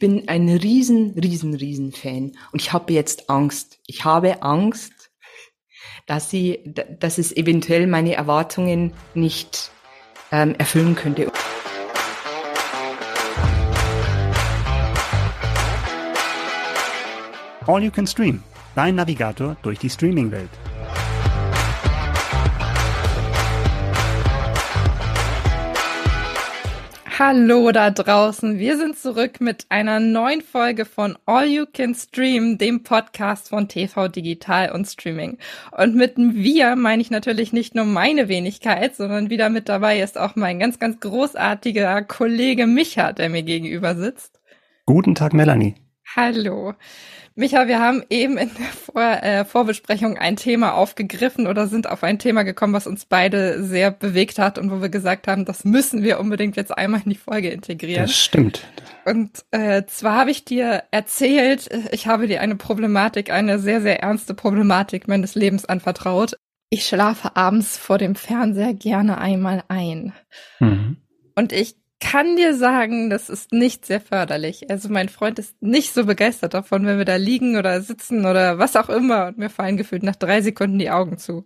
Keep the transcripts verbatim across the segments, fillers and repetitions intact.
bin ein riesen, riesen, riesen Fan und ich habe jetzt Angst. Ich habe Angst, dass sie, dass es eventuell meine Erwartungen nicht ähm, erfüllen könnte. All You Can Stream, dein Navigator durch die Streaming-Welt. Hallo da draußen, wir sind zurück mit einer neuen Folge von All You Can Stream, dem Podcast von T V Digital und Streaming. Und mit wir meine ich natürlich nicht nur meine Wenigkeit, sondern wieder mit dabei ist auch mein ganz, ganz großartiger Kollege Micha, der mir gegenüber sitzt. Guten Tag, Melanie. Hallo. Micha, wir haben eben in der Vor- äh, Vorbesprechung ein Thema aufgegriffen oder sind auf ein Thema gekommen, was uns beide sehr bewegt hat und wo wir gesagt haben, das müssen wir unbedingt jetzt einmal in die Folge integrieren. Das stimmt. Und äh, zwar habe ich dir erzählt, ich habe dir eine Problematik, eine sehr, sehr ernste Problematik meines Lebens anvertraut. Ich schlafe abends vor dem Fernseher gerne einmal ein. Mhm. Und ich kann dir sagen, das ist nicht sehr förderlich. Also mein Freund ist nicht so begeistert davon, wenn wir da liegen oder sitzen oder was auch immer und mir fallen gefühlt nach drei Sekunden die Augen zu.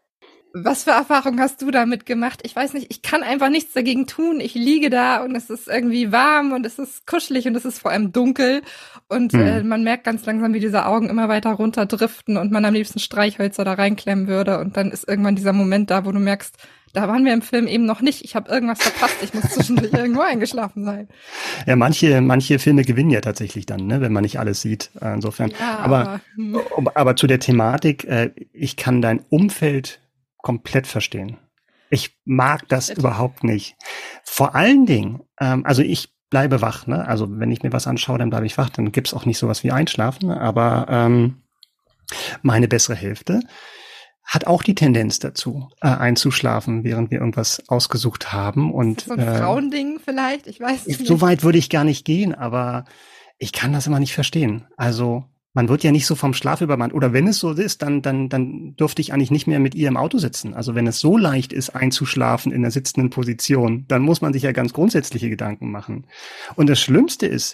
Was für Erfahrungen hast du damit gemacht? Ich weiß nicht, ich kann einfach nichts dagegen tun. Ich liege da und es ist irgendwie warm und es ist kuschelig und es ist vor allem dunkel und hm. äh, man merkt ganz langsam, wie diese Augen immer weiter runterdriften und man am liebsten Streichhölzer da reinklemmen würde und dann ist irgendwann dieser Moment da, wo du merkst, da waren wir im Film eben noch nicht. Ich habe irgendwas verpasst. Ich muss zwischendurch irgendwo eingeschlafen sein. Ja, manche manche Filme gewinnen ja tatsächlich dann, ne, wenn man nicht alles sieht. Insofern. Ja, aber, aber aber zu der Thematik, äh, ich kann dein Umfeld komplett verstehen. Ich mag das Bitte. überhaupt nicht. Vor allen Dingen, ähm, also ich bleibe wach, ne? Also wenn ich mir was anschaue, dann bleibe ich wach. Dann gibt's auch nicht sowas wie Einschlafen. Ne? Aber ähm, meine bessere Hälfte hat auch die Tendenz dazu, äh, einzuschlafen, während wir irgendwas ausgesucht haben. Und, ist das so ein äh, Frauending vielleicht? Ich weiß nicht. So weit würde ich gar nicht gehen, aber ich kann das immer nicht verstehen. Also man wird ja nicht so vom Schlaf übermannt. Oder wenn es so ist, dann dann dann dürfte ich eigentlich nicht mehr mit ihr im Auto sitzen. Also wenn es so leicht ist, einzuschlafen in der sitzenden Position, dann muss man sich ja ganz grundsätzliche Gedanken machen. Und das Schlimmste ist,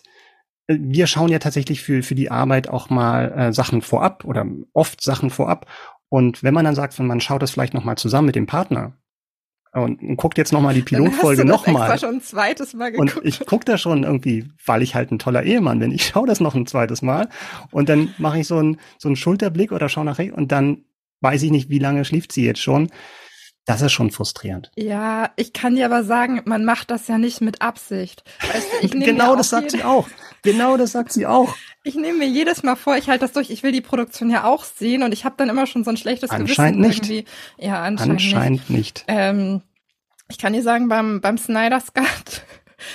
wir schauen ja tatsächlich für für die Arbeit auch mal äh, Sachen vorab oder oft Sachen vorab. Und wenn man dann sagt, man schaut das vielleicht noch mal zusammen mit dem Partner und, und guckt jetzt noch mal die Pilotfolge noch mal. Dann hast du das extra schon ein zweites Mal geguckt. Und ich gucke da schon irgendwie, weil ich halt ein toller Ehemann bin. Ich schaue das noch ein zweites Mal und dann mache ich so einen so einen Schulterblick oder schaue nach rechts und dann weiß ich nicht, wie lange schläft sie jetzt schon. Das ist schon frustrierend. Ja, ich kann dir aber sagen, man macht das ja nicht mit Absicht. Weißt du, ich genau das sagt sie auch. Genau das sagt sie auch. Ich nehme mir jedes Mal vor, ich halte das durch, ich will die Produktion ja auch sehen und ich habe dann immer schon so ein schlechtes anscheinend Gewissen nicht. irgendwie. Ja, anscheinend, anscheinend nicht. nicht. Ähm, ich kann dir sagen, beim beim Snyder's Cut,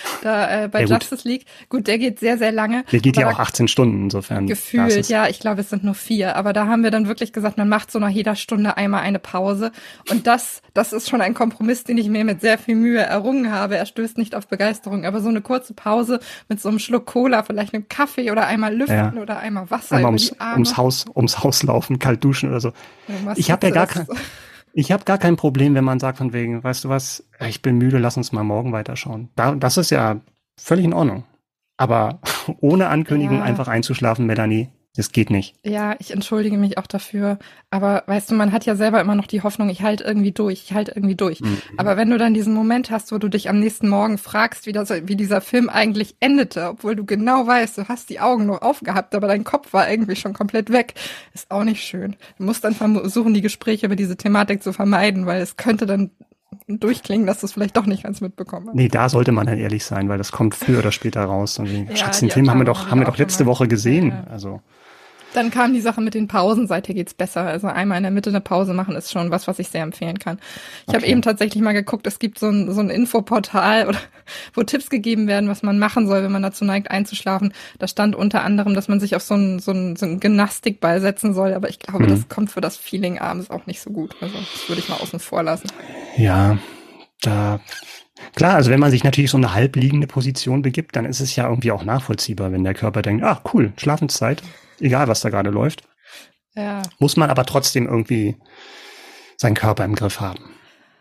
da äh, bei ja, Justice League, gut, der geht sehr, sehr lange. Der geht ja auch achtzehn Stunden insofern. Gefühlt, ja, ich glaube, es sind nur vier. Aber da haben wir dann wirklich gesagt, man macht so nach jeder Stunde einmal eine Pause. Und das das ist schon ein Kompromiss, den ich mir mit sehr viel Mühe errungen habe. Er stößt nicht auf Begeisterung. Aber so eine kurze Pause mit so einem Schluck Cola, vielleicht einem Kaffee oder einmal lüften ja. oder einmal Wasser einmal über ums, die Arme. ums Haus, ums Haus laufen, kalt duschen oder so. Ja, ich habe ja gar kein... Ich habe gar kein Problem, wenn man sagt von wegen, weißt du was, ich bin müde, lass uns mal morgen weiterschauen. Da, das ist ja völlig in Ordnung. Aber ohne Ankündigung ja. einfach einzuschlafen, Melanie, das geht nicht. Ja, ich entschuldige mich auch dafür. Aber weißt du, man hat ja selber immer noch die Hoffnung, ich halte irgendwie durch, ich halte irgendwie durch. Mhm. Aber wenn du dann diesen Moment hast, wo du dich am nächsten Morgen fragst, wie, das, wie dieser Film eigentlich endete, obwohl du genau weißt, du hast die Augen noch aufgehabt, aber dein Kopf war irgendwie schon komplett weg, ist auch nicht schön. Du musst dann versuchen, die Gespräche über diese Thematik zu vermeiden, weil es könnte dann durchklingen, dass du es vielleicht doch nicht ganz mitbekommen hast. Nee, da sollte man dann ehrlich sein, weil das kommt früher oder später raus. Und ja, Schatz, den Film haben wir doch, haben wir doch letzte Woche gesehen. Ja, ja. Also. Dann kam die Sache mit den Pausen, seither geht's besser. Also einmal in der Mitte eine Pause machen ist schon was, was ich sehr empfehlen kann. Ich okay. habe eben tatsächlich mal geguckt, es gibt so ein, so ein Infoportal, oder, wo Tipps gegeben werden, was man machen soll, wenn man dazu neigt einzuschlafen. Da stand unter anderem, dass man sich auf so einen so einen, so einen Gymnastikball setzen soll, aber ich glaube, mhm. das kommt für das Feeling abends auch nicht so gut. Also das würde ich mal außen vor lassen. Ja, da... Klar, also wenn man sich natürlich so eine halbliegende Position begibt, dann ist es ja irgendwie auch nachvollziehbar, wenn der Körper denkt, ach cool, Schlafenszeit, egal was da gerade läuft. Ja. Muss man aber trotzdem irgendwie seinen Körper im Griff haben.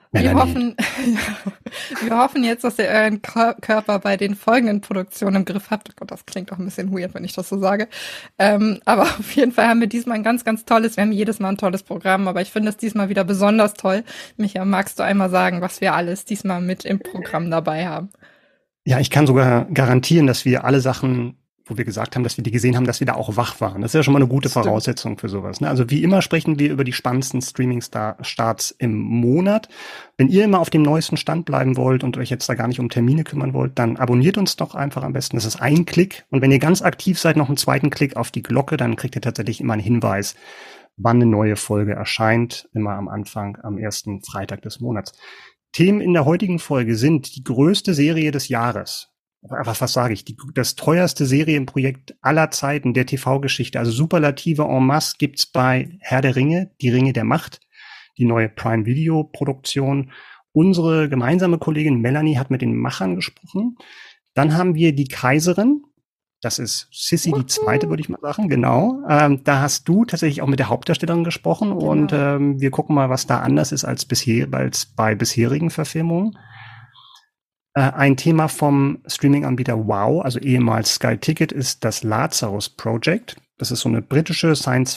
Wir hoffen, wir hoffen jetzt, dass ihr euren Körper bei den folgenden Produktionen im Griff habt. Oh Gott, das klingt doch ein bisschen weird, wenn ich das so sage. Ähm, aber auf jeden Fall haben wir diesmal ein ganz, ganz tolles, wir haben jedes Mal ein tolles Programm, aber ich finde es diesmal wieder besonders toll. Micha, magst du einmal sagen, was wir alles diesmal mit im Programm dabei haben? Ja, ich kann sogar garantieren, dass wir alle Sachen, wo wir gesagt haben, dass wir die gesehen haben, dass wir da auch wach waren. Das ist ja schon mal eine gute Stimmt. Voraussetzung für sowas. Ne? Also wie immer sprechen wir über die spannendsten Streaming-Starts im Monat. Wenn ihr immer auf dem neuesten Stand bleiben wollt und euch jetzt da gar nicht um Termine kümmern wollt, dann abonniert uns doch einfach am besten. Das ist ein Klick. Und wenn ihr ganz aktiv seid, noch einen zweiten Klick auf die Glocke, dann kriegt ihr tatsächlich immer einen Hinweis, wann eine neue Folge erscheint. Immer am Anfang, am ersten Freitag des Monats. Themen in der heutigen Folge sind die größte Serie des Jahres. Aber was sage ich? Die, das teuerste Serienprojekt aller Zeiten der T V-Geschichte. Also Superlative en masse gibt's bei Herr der Ringe, die Ringe der Macht, die neue Prime-Video-Produktion. Unsere gemeinsame Kollegin Melanie hat mit den Machern gesprochen. Dann haben wir die Kaiserin. Das ist Sissi die Zweite, würde ich mal sagen. Genau. Ähm, da hast du tatsächlich auch mit der Hauptdarstellerin gesprochen. Genau. Und ähm, wir gucken mal, was da anders ist als bisher, als bei bisherigen Verfilmungen. Ein Thema vom Streaming-Anbieter Wow, also ehemals Sky Ticket, ist das Lazarus Project. Das ist so eine britische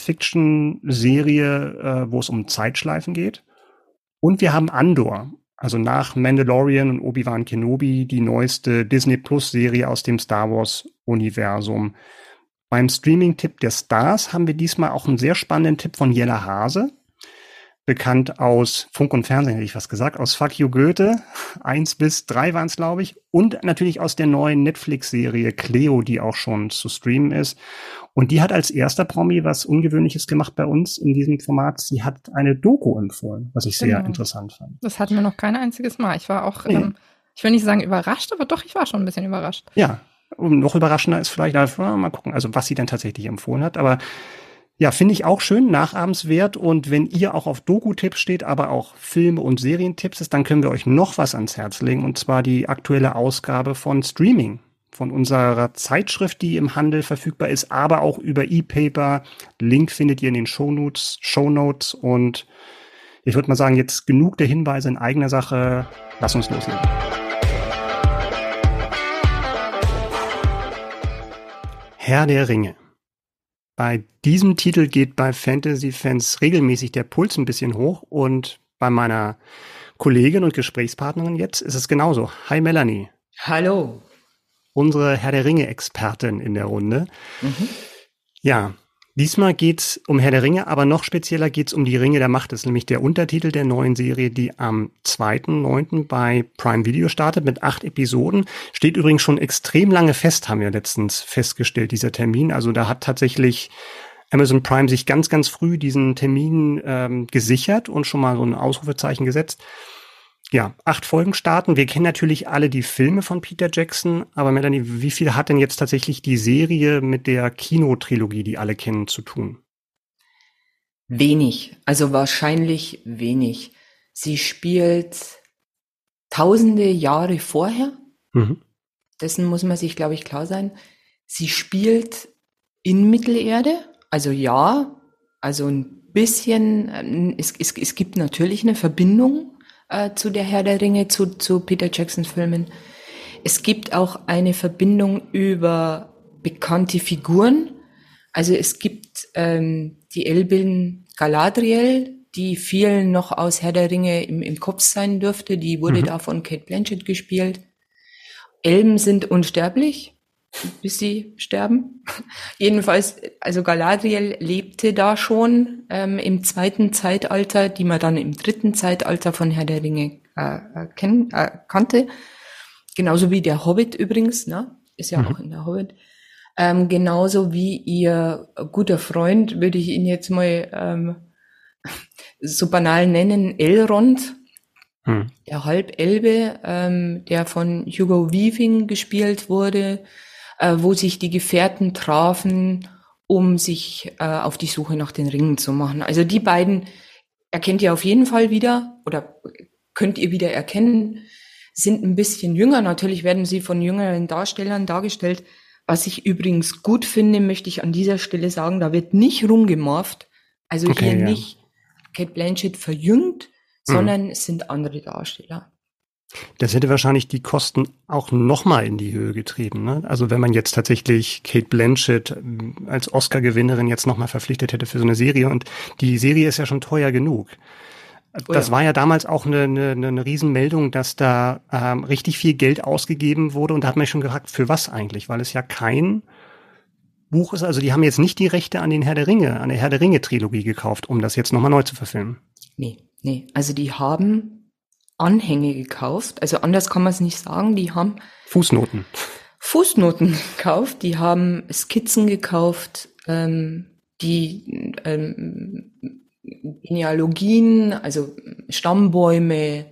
Science-Fiction-Serie, wo es um Zeitschleifen geht. Und wir haben Andor, also nach Mandalorian und Obi-Wan Kenobi, die neueste Disney-Plus-Serie aus dem Star Wars-Universum. Beim Streaming-Tipp der Stars haben wir diesmal auch einen sehr spannenden Tipp von Jella Hase. Bekannt aus Funk und Fernsehen, hätte ich was gesagt, aus Fuck You Goethe, eins bis drei waren es, glaube ich, und natürlich aus der neuen Netflix-Serie Cleo, die auch schon zu streamen ist. Und die hat als erster Promi was Ungewöhnliches gemacht bei uns in diesem Format. Sie hat eine Doku empfohlen, was ich sehr genau. interessant fand. Das hatten wir noch kein einziges Mal. Ich war auch, nee. ähm, ich will nicht sagen überrascht, aber doch, ich war schon ein bisschen überrascht. Ja, und noch überraschender ist vielleicht, mal gucken, also was sie dann tatsächlich empfohlen hat, aber ja, finde ich auch schön, nachahmenswert. Und wenn ihr auch auf Doku-Tipps steht, aber auch Filme- und Serientipps ist, dann können wir euch noch was ans Herz legen. Und zwar die aktuelle Ausgabe von Streaming, von unserer Zeitschrift, die im Handel verfügbar ist, aber auch über E-Paper. Link findet ihr in den Shownotes, Shownotes. Und ich würde mal sagen, jetzt genug der Hinweise in eigener Sache. Lass uns loslegen. Herr der Ringe. Bei diesem Titel geht bei Fantasy-Fans regelmäßig der Puls ein bisschen hoch und bei meiner Kollegin und Gesprächspartnerin jetzt ist es genauso. Hi Melanie. Hallo. Unsere Herr der Ringe-Expertin in der Runde. Mhm. Ja, diesmal geht's um Herr der Ringe, aber noch spezieller geht's um die Ringe der Macht. Das ist nämlich der Untertitel der neuen Serie, die am zweiten neunten bei Prime Video startet mit acht Episoden. Steht übrigens schon extrem lange fest, haben wir letztens festgestellt, dieser Termin. Also da hat tatsächlich Amazon Prime sich ganz, ganz früh diesen Termin ähm, gesichert und schon mal so ein Ausrufezeichen gesetzt. Ja, acht Folgen starten. Wir kennen natürlich alle die Filme von Peter Jackson, aber Melanie, wie viel hat denn jetzt tatsächlich die Serie mit der Kinotrilogie, die alle kennen, zu tun? Wenig, also wahrscheinlich wenig. Sie spielt tausende Jahre vorher. Mhm. Dessen muss man sich, glaube ich, klar sein. Sie spielt in Mittelerde, also ja, also ein bisschen, es, es, es gibt natürlich eine Verbindung zu der Herr der Ringe, zu, zu Peter Jacksons Filmen. Es gibt auch eine Verbindung über bekannte Figuren. Also es gibt ähm, die Elbin Galadriel, die vielen noch aus Herr der Ringe im, im Kopf sein dürfte. Die wurde mhm. da von Cate Blanchett gespielt. Elben sind unsterblich, bis sie sterben. Jedenfalls, also Galadriel lebte da schon ähm, im zweiten Zeitalter, die man dann im dritten Zeitalter von Herr der Ringe äh, kennen, äh, kannte. Genauso wie der Hobbit übrigens, ne? Ist ja mhm. auch in der Hobbit. Ähm, genauso wie ihr guter Freund, würde ich ihn jetzt mal ähm, so banal nennen, Elrond. Hm. Der Halbelbe, ähm, der von Hugo Weaving gespielt wurde, äh, wo sich die Gefährten trafen, um sich äh, auf die Suche nach den Ringen zu machen. Also die beiden erkennt ihr auf jeden Fall wieder oder könnt ihr wieder erkennen, sind ein bisschen jünger. Natürlich werden sie von jüngeren Darstellern dargestellt. Was ich übrigens gut finde, möchte ich an dieser Stelle sagen, da wird nicht rumgemorft. Also okay, hier ja. nicht Cate Blanchett verjüngt, sondern es sind andere Darsteller. Das hätte wahrscheinlich die Kosten auch nochmal in die Höhe getrieben, ne? Also wenn man jetzt tatsächlich Cate Blanchett als Oscar-Gewinnerin jetzt nochmal verpflichtet hätte für so eine Serie, und die Serie ist ja schon teuer genug. Oh Das ja. war ja damals auch eine, eine, eine Riesenmeldung, dass da ähm, richtig viel Geld ausgegeben wurde, und da hat man schon gefragt, für was eigentlich? Weil es ja kein Buch ist, also die haben jetzt nicht die Rechte an den Herr der Ringe, an der Herr der Ringe-Trilogie gekauft, um das jetzt nochmal neu zu verfilmen. Nee, nee. Also die haben Anhänge gekauft, also anders kann man es nicht sagen, die haben Fußnoten. Fußnoten gekauft, die haben Skizzen gekauft, ähm, die ähm, Genealogien, also Stammbäume,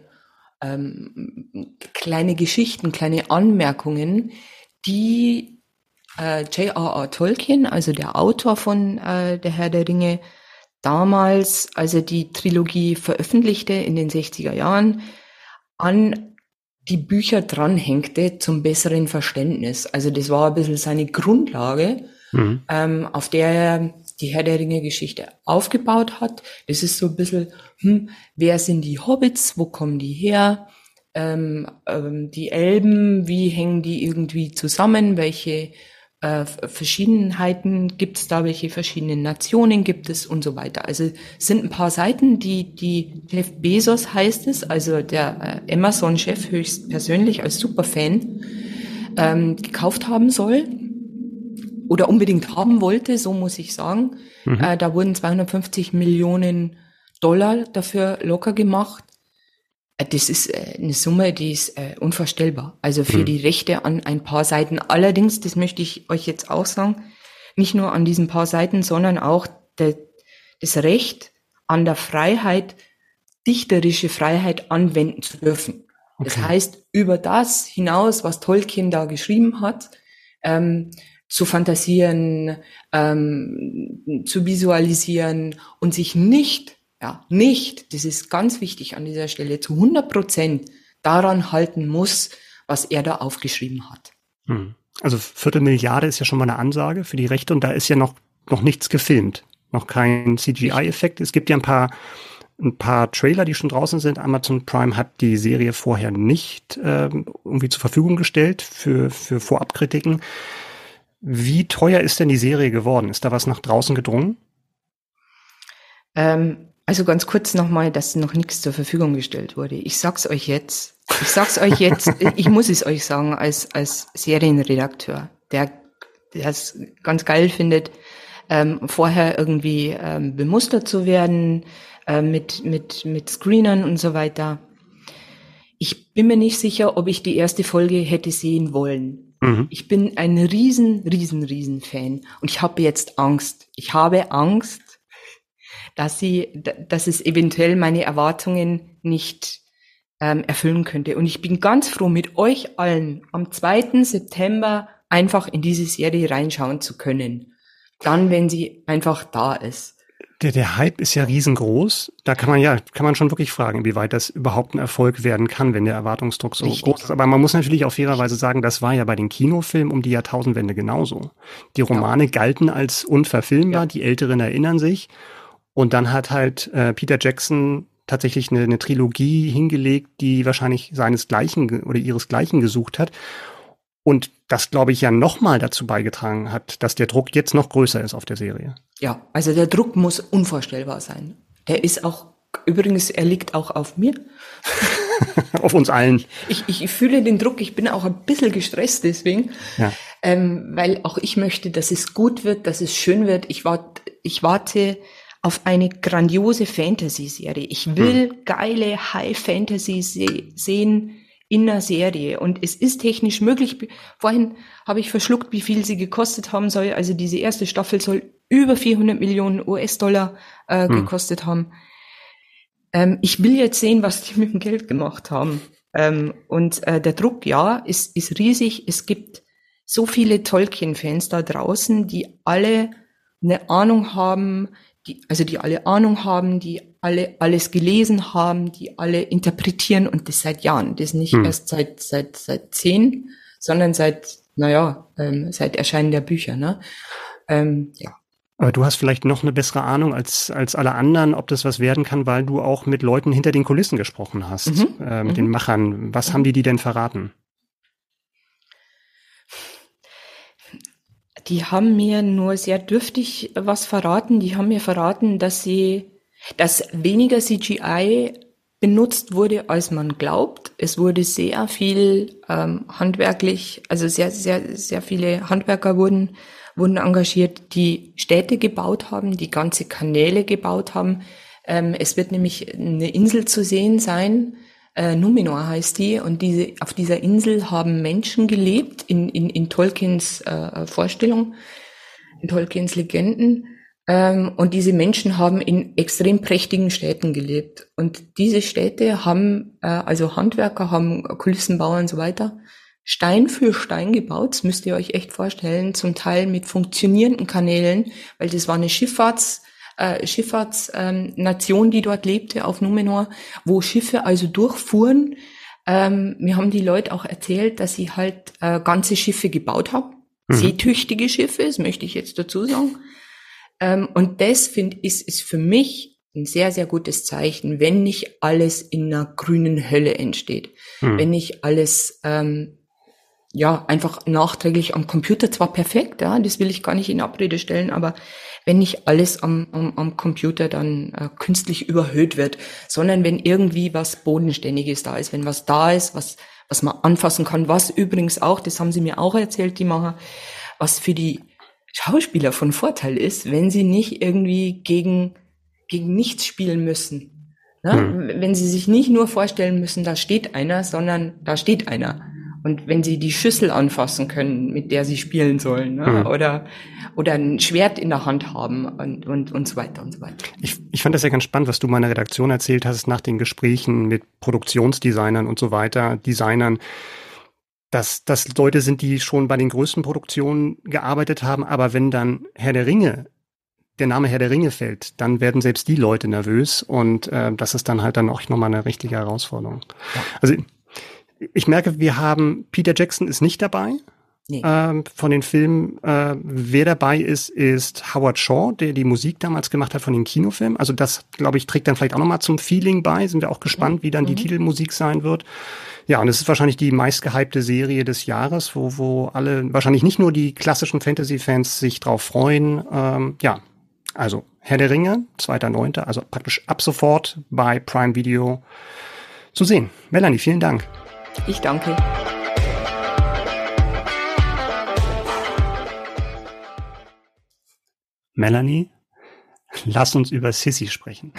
ähm, kleine Geschichten, kleine Anmerkungen, die äh, J R R. Tolkien, also der Autor von äh, Der Herr der Ringe, damals, als er die Trilogie veröffentlichte in den sechziger Jahren, an die Bücher dranhängte zum besseren Verständnis. Also das war ein bisschen seine Grundlage, mhm. ähm, auf der er die Herr der Ringe-Geschichte aufgebaut hat. Das ist so ein bisschen, hm, wer sind die Hobbits, wo kommen die her, ähm, ähm, die Elben, wie hängen die irgendwie zusammen, welche äh, Verschiedenheiten gibt es da, welche verschiedenen Nationen gibt es und so weiter. Also es sind ein paar Seiten, die die Jeff Bezos heißt es, also der äh, Amazon-Chef höchstpersönlich als Superfan ähm, gekauft haben soll oder unbedingt haben wollte, so muss ich sagen. Mhm. Äh, da wurden zweihundertfünfzig Millionen Dollar dafür locker gemacht. Das ist eine Summe, die ist äh, unvorstellbar. Also für mhm. die Rechte an ein paar Seiten. Allerdings, das möchte ich euch jetzt auch sagen, nicht nur an diesen paar Seiten, sondern auch de, das Recht an der Freiheit, dichterische Freiheit anwenden zu dürfen. Okay. Das heißt, über das hinaus, was Tolkien da geschrieben hat, ähm, zu fantasieren, ähm, zu visualisieren und sich nicht Ja, nicht, das ist ganz wichtig an dieser Stelle, zu hundert Prozent daran halten muss, was er da aufgeschrieben hat. Also Viertelmilliarde ist ja schon mal eine Ansage für die Rechte, und da ist ja noch, noch nichts gefilmt, noch kein C G I-Effekt. Es gibt ja ein paar, ein paar Trailer, die schon draußen sind. Amazon Prime hat die Serie vorher nicht ähm, irgendwie zur Verfügung gestellt für, für Vorabkritiken. Wie teuer ist denn die Serie geworden? Ist da was nach draußen gedrungen? Ähm, Also ganz kurz nochmal, dass noch nichts zur Verfügung gestellt wurde. Ich sag's euch jetzt. Ich sag's euch jetzt. Ich muss es euch sagen als als Serienredakteur, der der es ganz geil findet, ähm, vorher irgendwie ähm, bemustert zu werden äh, mit mit mit Screenern und so weiter. Ich bin mir nicht sicher, ob ich die erste Folge hätte sehen wollen. Mhm. Ich bin ein riesen riesen riesen Fan und ich habe jetzt Angst. Ich habe Angst, dass sie, dass es eventuell meine Erwartungen nicht ähm, erfüllen könnte. Und ich bin ganz froh, mit euch allen am zweiten September einfach in diese Serie reinschauen zu können. Dann, wenn sie einfach da ist. Der, der Hype ist ja riesengroß. Da kann man ja, kann man schon wirklich fragen, inwieweit das überhaupt ein Erfolg werden kann, wenn der Erwartungsdruck so Richtig. groß ist. Aber man muss natürlich auch fairerweise sagen, das war ja bei den Kinofilmen um die Jahrtausendwende genauso. Die Romane ja. galten als unverfilmbar, ja. die Älteren erinnern sich. Und dann hat halt äh, Peter Jackson tatsächlich eine, eine Trilogie hingelegt, die wahrscheinlich seinesgleichen oder ihresgleichen gesucht hat. Und das, glaube ich, ja nochmal dazu beigetragen hat, dass der Druck jetzt noch größer ist auf der Serie. Ja, also der Druck muss unvorstellbar sein. Der ist auch, übrigens, er liegt auch auf mir. Auf uns allen. Ich, ich fühle den Druck, ich bin auch ein bisschen gestresst deswegen, ja. ähm, weil auch ich möchte, dass es gut wird, dass es schön wird. Ich, wart, ich warte auf eine grandiose Fantasy-Serie. Ich will hm. geile High-Fantasy se- sehen in einer Serie. Und es ist technisch möglich. Vorhin habe ich verschluckt, wie viel sie gekostet haben soll. Also diese erste Staffel soll über vierhundert Millionen U S-Dollar äh, hm. gekostet haben. Ähm, ich will jetzt sehen, was die mit dem Geld gemacht haben. Ähm, und äh, der Druck, ja, ist, ist riesig. Es gibt so viele Tolkien-Fans da draußen, die alle eine Ahnung haben, die, also die alle Ahnung haben, die alle alles gelesen haben, die alle interpretieren, und das seit Jahren. Das nicht hm. erst seit seit seit zehn, sondern seit, naja, ähm, seit Erscheinen der Bücher. Ne? Ähm, ja. Aber du hast vielleicht noch eine bessere Ahnung als als alle anderen, ob das was werden kann, weil du auch mit Leuten hinter den Kulissen gesprochen hast, Mhm. äh, mit Mhm. den Machern. Was Mhm. haben die die denn verraten? Die haben mir nur sehr dürftig was verraten. Die haben mir verraten, dass sie, dass weniger C G I benutzt wurde, als man glaubt. Es wurde sehr viel ähm, handwerklich, also sehr, sehr, sehr viele Handwerker wurden, wurden engagiert, die Städte gebaut haben, die ganze Kanäle gebaut haben. Ähm, es wird nämlich eine Insel zu sehen sein, äh, Numenor heißt die, und diese, auf dieser Insel haben Menschen gelebt, in, in, in Tolkiens äh, Vorstellung, in Tolkiens Legenden. Ähm, und diese Menschen haben in extrem prächtigen Städten gelebt. Und diese Städte haben, äh, also Handwerker haben Kulissenbauer und so weiter, Stein für Stein gebaut. Das müsst ihr euch echt vorstellen, zum Teil mit funktionierenden Kanälen, weil das war eine Schifffahrts, äh, Schifffahrtsnation, ähm, Nation, die dort lebte auf Numenor, wo Schiffe also durchfuhren. Ähm, mir haben die Leute auch erzählt, dass sie halt äh, ganze Schiffe gebaut haben. Mhm. Seetüchtige Schiffe, das möchte ich jetzt dazu sagen. Ähm, und das finde ich, ist für mich ein sehr, sehr gutes Zeichen, wenn nicht alles in einer grünen Hölle entsteht. Mhm. Wenn nicht alles, ähm, ja, einfach nachträglich am Computer, zwar perfekt, ja, das will ich gar nicht in Abrede stellen, aber wenn nicht alles am, am, am Computer dann äh, künstlich überhöht wird, sondern wenn irgendwie was Bodenständiges da ist, wenn was da ist, was, was man anfassen kann, was übrigens auch, das haben sie mir auch erzählt, die Macher, was für die Schauspieler von Vorteil ist, wenn sie nicht irgendwie gegen, gegen nichts spielen müssen. Ne? Hm. Wenn sie sich nicht nur vorstellen müssen, da steht einer, sondern da steht einer. Und wenn sie die Schüssel anfassen können, mit der sie spielen sollen, ne? Hm. oder, oder ein Schwert in der Hand haben und, und, und so weiter und so weiter. Ich, ich fand das ja ganz spannend, was du meiner Redaktion erzählt hast, nach den Gesprächen mit Produktionsdesignern und so weiter, Designern, dass das Leute sind, die schon bei den größten Produktionen gearbeitet haben, aber wenn dann Herr der Ringe, der Name Herr der Ringe fällt, dann werden selbst die Leute nervös und äh, das ist dann halt dann auch nochmal eine richtige Herausforderung. Ja. Also ich merke, wir haben, Peter Jackson ist nicht dabei. Nee. Ähm, von den Filmen, äh, wer dabei ist, ist Howard Shaw, der die Musik damals gemacht hat von den Kinofilmen. Also das, glaube ich, trägt dann vielleicht auch nochmal zum Feeling bei. Sind wir auch gespannt, wie dann mhm. die Titelmusik sein wird. Ja, und es ist wahrscheinlich die meistgehypte Serie des Jahres, wo, wo alle, wahrscheinlich nicht nur die klassischen Fantasy-Fans sich drauf freuen. Ähm, ja, also Herr der Ringe, zweiter neunter, also praktisch ab sofort bei Prime Video zu sehen. Melanie, vielen Dank. Ich danke. Melanie, lass uns über Sissy sprechen.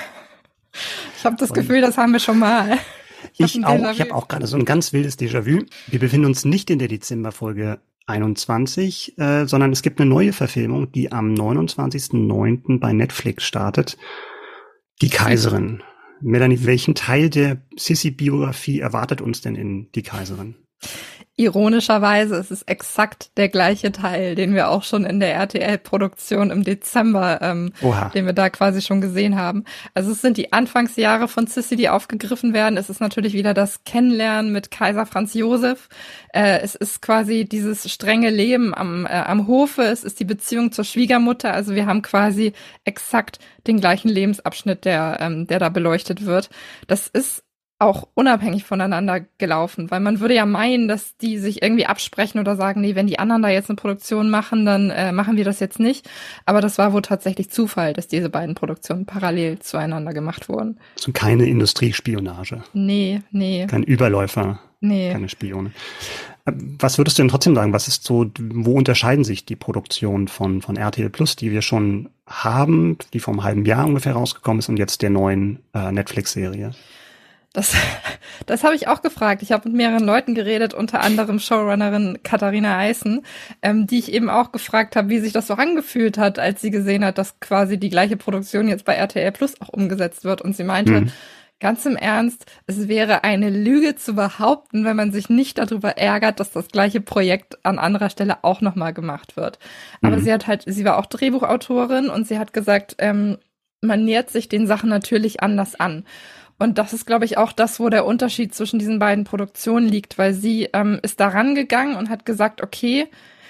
Ich habe das Und Gefühl, das haben wir schon mal. Ich, ich auch. Ich habe auch gerade so ein ganz wildes Déjà-vu. Wir befinden uns nicht in der Dezemberfolge einundzwanzig, äh, sondern es gibt eine neue Verfilmung, die am neunundzwanzigsten neunten bei Netflix startet. Die Kaiserin. Melanie, welchen Teil der Sissy-Biografie erwartet uns denn in Die Kaiserin? Ironischerweise ist es exakt der gleiche Teil, den wir auch schon in der R T L-Produktion im Dezember, ähm, den wir da quasi schon gesehen haben. Also es sind die Anfangsjahre von Sissy, die aufgegriffen werden. Es ist natürlich wieder das Kennenlernen mit Kaiser Franz Josef. Äh, es ist quasi dieses strenge Leben am, äh, am Hofe. Es ist die Beziehung zur Schwiegermutter. Also wir haben quasi exakt den gleichen Lebensabschnitt, der, ähm, der da beleuchtet wird. Das ist auch unabhängig voneinander gelaufen, weil man würde ja meinen, dass die sich irgendwie absprechen oder sagen, nee, wenn die anderen da jetzt eine Produktion machen, dann äh, machen wir das jetzt nicht. Aber das war wohl tatsächlich Zufall, dass diese beiden Produktionen parallel zueinander gemacht wurden. Also keine Industriespionage. Nee, nee. Kein Überläufer. Nee. Keine Spione. Was würdest du denn trotzdem sagen? Was ist so, wo unterscheiden sich die Produktionen von, von R T L Plus, die wir schon haben, die vor einem halben Jahr ungefähr rausgekommen ist und jetzt der neuen äh, Netflix-Serie? Das, das habe ich auch gefragt. Ich habe mit mehreren Leuten geredet, unter anderem Showrunnerin Katharina Eisen, ähm, die ich eben auch gefragt habe, wie sich das so angefühlt hat, als sie gesehen hat, dass quasi die gleiche Produktion jetzt bei R T L Plus auch umgesetzt wird. Und sie meinte, mhm. ganz im Ernst, es wäre eine Lüge zu behaupten, wenn man sich nicht darüber ärgert, dass das gleiche Projekt an anderer Stelle auch nochmal gemacht wird. Aber mhm. sie hat halt, sie war auch Drehbuchautorin und sie hat gesagt, ähm, man nähert sich den Sachen natürlich anders an. Und das ist, glaube ich, auch das, wo der Unterschied zwischen diesen beiden Produktionen liegt, weil sie ähm, ist da rangegangen und hat gesagt, okay,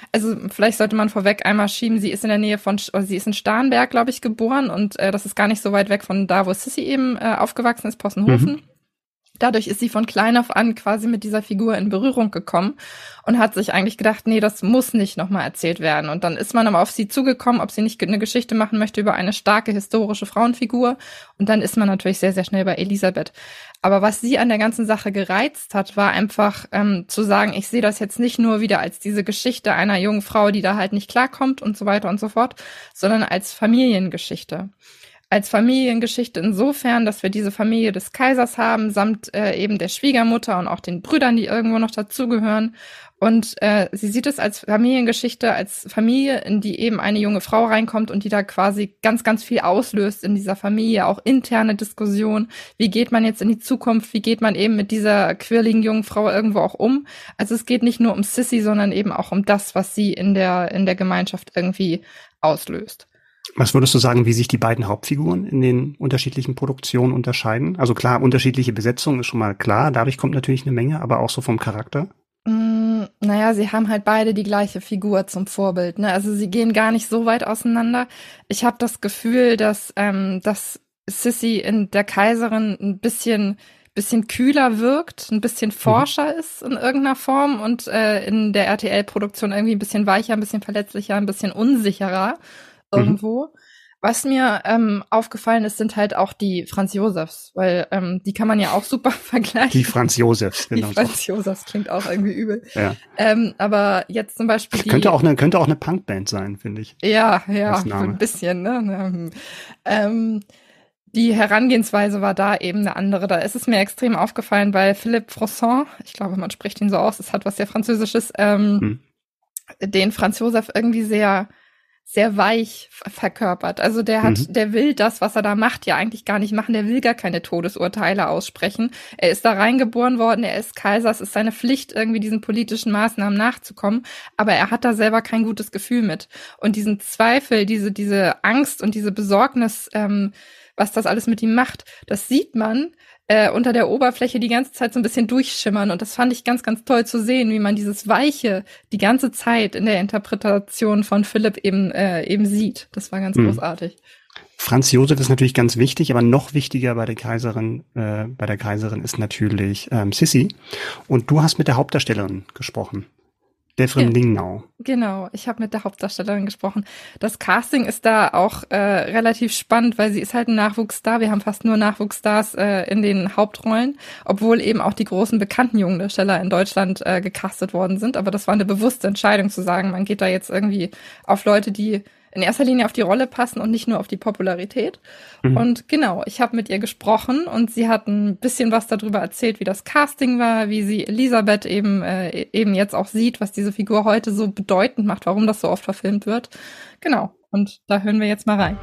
Also vielleicht sollte man vorweg einmal schieben, sie ist in der Nähe von, oder sie ist in Starnberg, glaube ich, geboren und äh, das ist gar nicht so weit weg von da, wo Sissy eben äh, aufgewachsen ist, Possenhofen. Mhm. Dadurch ist sie von klein auf an quasi mit dieser Figur in Berührung gekommen und hat sich eigentlich gedacht, nee, das muss nicht nochmal erzählt werden. Und dann ist man aber auf sie zugekommen, ob sie nicht eine Geschichte machen möchte über eine starke historische Frauenfigur. Und dann ist man natürlich sehr, sehr schnell bei Elisabeth. Aber was sie an der ganzen Sache gereizt hat, war einfach ähm, zu sagen, ich sehe das jetzt nicht nur wieder als diese Geschichte einer jungen Frau, die da halt nicht klarkommt und so weiter und so fort, sondern als Familiengeschichte. Als Familiengeschichte insofern, dass wir diese Familie des Kaisers haben, samt äh, eben der Schwiegermutter und auch den Brüdern, die irgendwo noch dazugehören. Und äh, sie sieht es als Familiengeschichte, als Familie, in die eben eine junge Frau reinkommt und die da quasi ganz, ganz viel auslöst in dieser Familie, auch interne Diskussion. Wie geht man jetzt in die Zukunft? Wie geht man eben mit dieser quirligen jungen Frau irgendwo auch um? Also es geht nicht nur um Sissy, sondern eben auch um das, was sie in der in der Gemeinschaft irgendwie auslöst. Was würdest du sagen, wie sich die beiden Hauptfiguren in den unterschiedlichen Produktionen unterscheiden? Also klar, unterschiedliche Besetzung ist schon mal klar, dadurch kommt natürlich eine Menge, aber auch so vom Charakter? Mm, naja, sie haben halt beide die gleiche Figur zum Vorbild, ne? Also sie gehen gar nicht so weit auseinander. Ich habe das Gefühl, dass, ähm, dass Sissy in der Kaiserin ein bisschen bisschen kühler wirkt, ein bisschen forscher mhm. ist in irgendeiner Form und äh, in der R T L-Produktion irgendwie ein bisschen weicher, ein bisschen verletzlicher, ein bisschen unsicherer irgendwo. Mhm. Was mir ähm, aufgefallen ist, sind halt auch die Franz Josefs, weil ähm, die kann man ja auch super vergleichen. Die Franz Josefs, genau. Die Franz so. Josefs klingt auch irgendwie übel. Ja. Ähm, aber jetzt zum Beispiel die... Könnte auch eine, könnte auch eine Punkband sein, finde ich. Ja, ja, so ein bisschen, ne? Ähm, die Herangehensweise war da eben eine andere. Da ist es mir extrem aufgefallen, weil Philippe Froissart, ich glaube, man spricht ihn so aus, es hat was sehr Französisches, ähm, hm. den Franz Josef irgendwie sehr... sehr weich verkörpert. Also der hat, mhm. der will das, was er da macht, ja eigentlich gar nicht machen. Der will gar keine Todesurteile aussprechen. Er ist da reingeboren worden, er ist Kaiser, es ist seine Pflicht, irgendwie diesen politischen Maßnahmen nachzukommen. Aber er hat da selber kein gutes Gefühl mit. Und diesen Zweifel, diese, diese Angst und diese Besorgnis, ähm, was das alles mit ihm macht, das sieht man Äh, unter der Oberfläche die ganze Zeit so ein bisschen durchschimmern. Und das fand ich ganz, ganz toll zu sehen, wie man dieses Weiche die ganze Zeit in der Interpretation von Philipp eben äh, eben sieht. Das war ganz mhm. großartig. Franz Josef ist natürlich ganz wichtig, aber noch wichtiger bei der Kaiserin, äh, bei der Kaiserin ist natürlich ähm, Sissy. Und du hast mit der Hauptdarstellerin gesprochen. Devrim ja, Lingnau. Genau, ich habe mit der Hauptdarstellerin gesprochen. Das Casting ist da auch äh, relativ spannend, weil sie ist halt ein Nachwuchsstar. Wir haben fast nur Nachwuchsstars äh, in den Hauptrollen, obwohl eben auch die großen bekannten Jungdarsteller in Deutschland äh, gecastet worden sind. Aber das war eine bewusste Entscheidung zu sagen, man geht da jetzt irgendwie auf Leute, die in erster Linie auf die Rolle passen und nicht nur auf die Popularität. Mhm. Und genau, ich habe mit ihr gesprochen und sie hat ein bisschen was darüber erzählt, wie das Casting war, wie sie Elisabeth eben äh, eben jetzt auch sieht, was diese Figur heute so bedeutend macht, warum das so oft verfilmt wird. Genau, und da hören wir jetzt mal rein.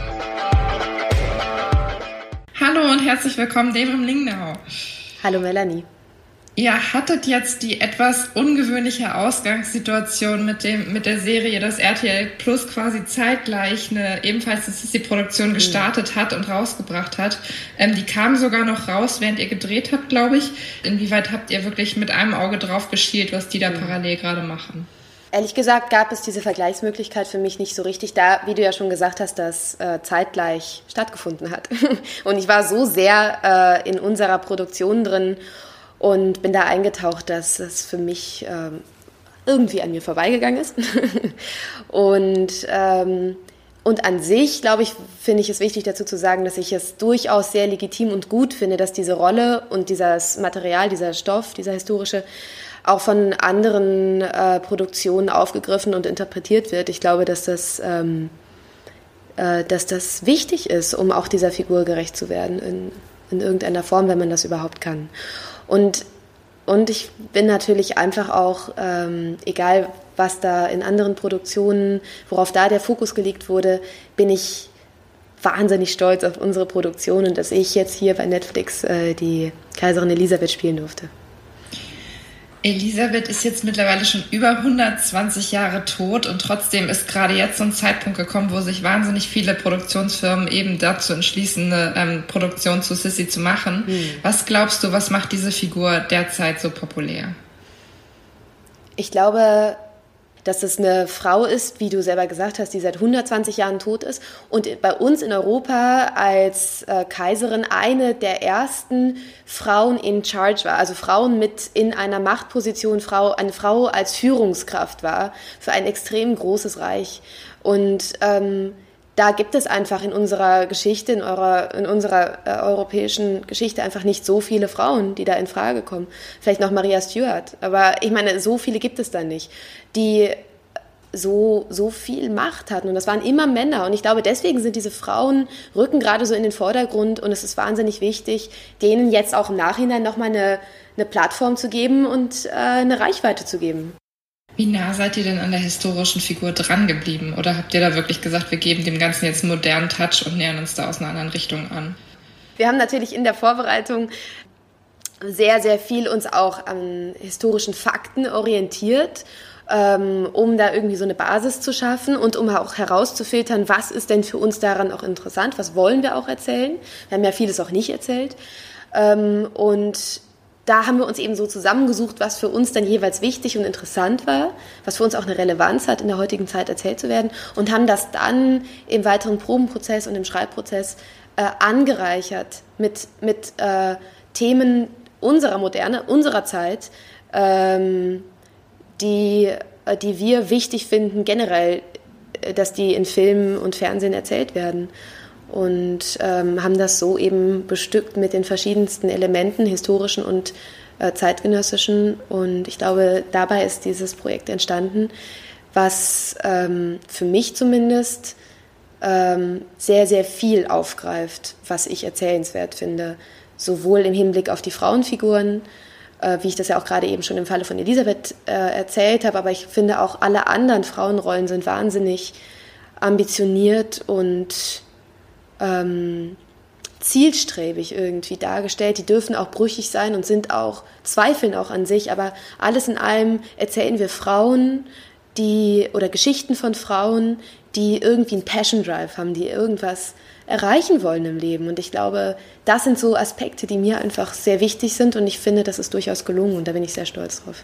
Hallo und herzlich willkommen, Devrim Lingnau. Hallo Melanie. Ihr hattet jetzt die etwas ungewöhnliche Ausgangssituation mit dem mit der Serie, dass R T L Plus quasi zeitgleich eine ebenfalls eine Sissy-Produktion gestartet hat und rausgebracht hat. Ähm, die kam sogar noch raus, während ihr gedreht habt, glaube ich. Inwieweit habt ihr wirklich mit einem Auge drauf geschielt, was die da parallel gerade machen? Ehrlich gesagt gab es diese Vergleichsmöglichkeit für mich nicht so richtig, da, wie du ja schon gesagt hast, das äh, zeitgleich stattgefunden hat. Und ich war so sehr äh, in unserer Produktion drin und bin da eingetaucht, dass es für mich ähm, irgendwie an mir vorbeigegangen ist. und, ähm, und an sich, glaube ich, finde ich es wichtig dazu zu sagen, dass ich es durchaus sehr legitim und gut finde, dass diese Rolle und dieses Material, dieser Stoff, dieser historische, auch von anderen äh, Produktionen aufgegriffen und interpretiert wird. Ich glaube, dass das, ähm, äh, dass das wichtig ist, um auch dieser Figur gerecht zu werden in, in irgendeiner Form, wenn man das überhaupt kann. Und, und ich bin natürlich einfach auch, ähm, egal was da in anderen Produktionen, worauf da der Fokus gelegt wurde, bin ich wahnsinnig stolz auf unsere Produktion und dass ich jetzt hier bei Netflix äh, die Kaiserin Elisabeth spielen durfte. Elisabeth ist jetzt mittlerweile schon über hundertzwanzig Jahre tot und trotzdem ist gerade jetzt so ein Zeitpunkt gekommen, wo sich wahnsinnig viele Produktionsfirmen eben dazu entschließen, eine ähm, Produktion zu Sissy zu machen. Hm. Was glaubst du, was macht diese Figur derzeit so populär? Ich glaube, dass es eine Frau ist, wie du selber gesagt hast, die seit hundertzwanzig Jahren tot ist und bei uns in Europa als äh, Kaiserin eine der ersten Frauen in Charge war, also Frauen mit in einer Machtposition, Frau, eine Frau als Führungskraft war für ein extrem großes Reich. Und ähm, da gibt es einfach in unserer Geschichte, in, eurer, in unserer äh, europäischen Geschichte einfach nicht so viele Frauen, die da in Frage kommen. Vielleicht noch Maria Stuart, aber ich meine, so viele gibt es da nicht, die so, so viel Macht hatten. Und das waren immer Männer. Und ich glaube, deswegen sind diese Frauen, rücken gerade so in den Vordergrund. Und es ist wahnsinnig wichtig, denen jetzt auch im Nachhinein nochmal eine, eine Plattform zu geben und äh, eine Reichweite zu geben. Wie nah seid ihr denn an der historischen Figur dran geblieben? Oder habt ihr da wirklich gesagt, wir geben dem Ganzen jetzt einen modernen Touch und nähern uns da aus einer anderen Richtung an? Wir haben natürlich in der Vorbereitung sehr, sehr viel uns auch an historischen Fakten orientiert, ähm, um da irgendwie so eine Basis zu schaffen und um auch herauszufiltern, was ist denn für uns daran auch interessant, was wollen wir auch erzählen. Wir haben ja vieles auch nicht erzählt. Ähm, und da haben wir uns eben so zusammengesucht, was für uns dann jeweils wichtig und interessant war, was für uns auch eine Relevanz hat, in der heutigen Zeit erzählt zu werden und haben das dann im weiteren Probenprozess und im Schreibprozess äh, angereichert mit, mit äh, Themen unserer Moderne, unserer Zeit, ähm, die, äh, die wir wichtig finden, generell, äh, dass die in Filmen und Fernsehen erzählt werden. Und ähm, haben das so eben bestückt mit den verschiedensten Elementen, historischen und äh, zeitgenössischen. Und ich glaube, dabei ist dieses Projekt entstanden, was ähm, für mich zumindest ähm, sehr, sehr viel aufgreift, was ich erzählenswert finde. Sowohl im Hinblick auf die Frauenfiguren, äh, wie ich das ja auch gerade eben schon im Falle von Elisabeth äh, erzählt habe, aber ich finde auch alle anderen Frauenrollen sind wahnsinnig ambitioniert und Ähm, zielstrebig irgendwie dargestellt. Die dürfen auch brüchig sein und sind auch, zweifeln auch an sich, aber alles in allem erzählen wir Frauen, die, oder Geschichten von Frauen, die irgendwie einen Passion Drive haben, die irgendwas erreichen wollen im Leben. Und ich glaube, das sind so Aspekte, die mir einfach sehr wichtig sind und ich finde, das ist durchaus gelungen und da bin ich sehr stolz drauf.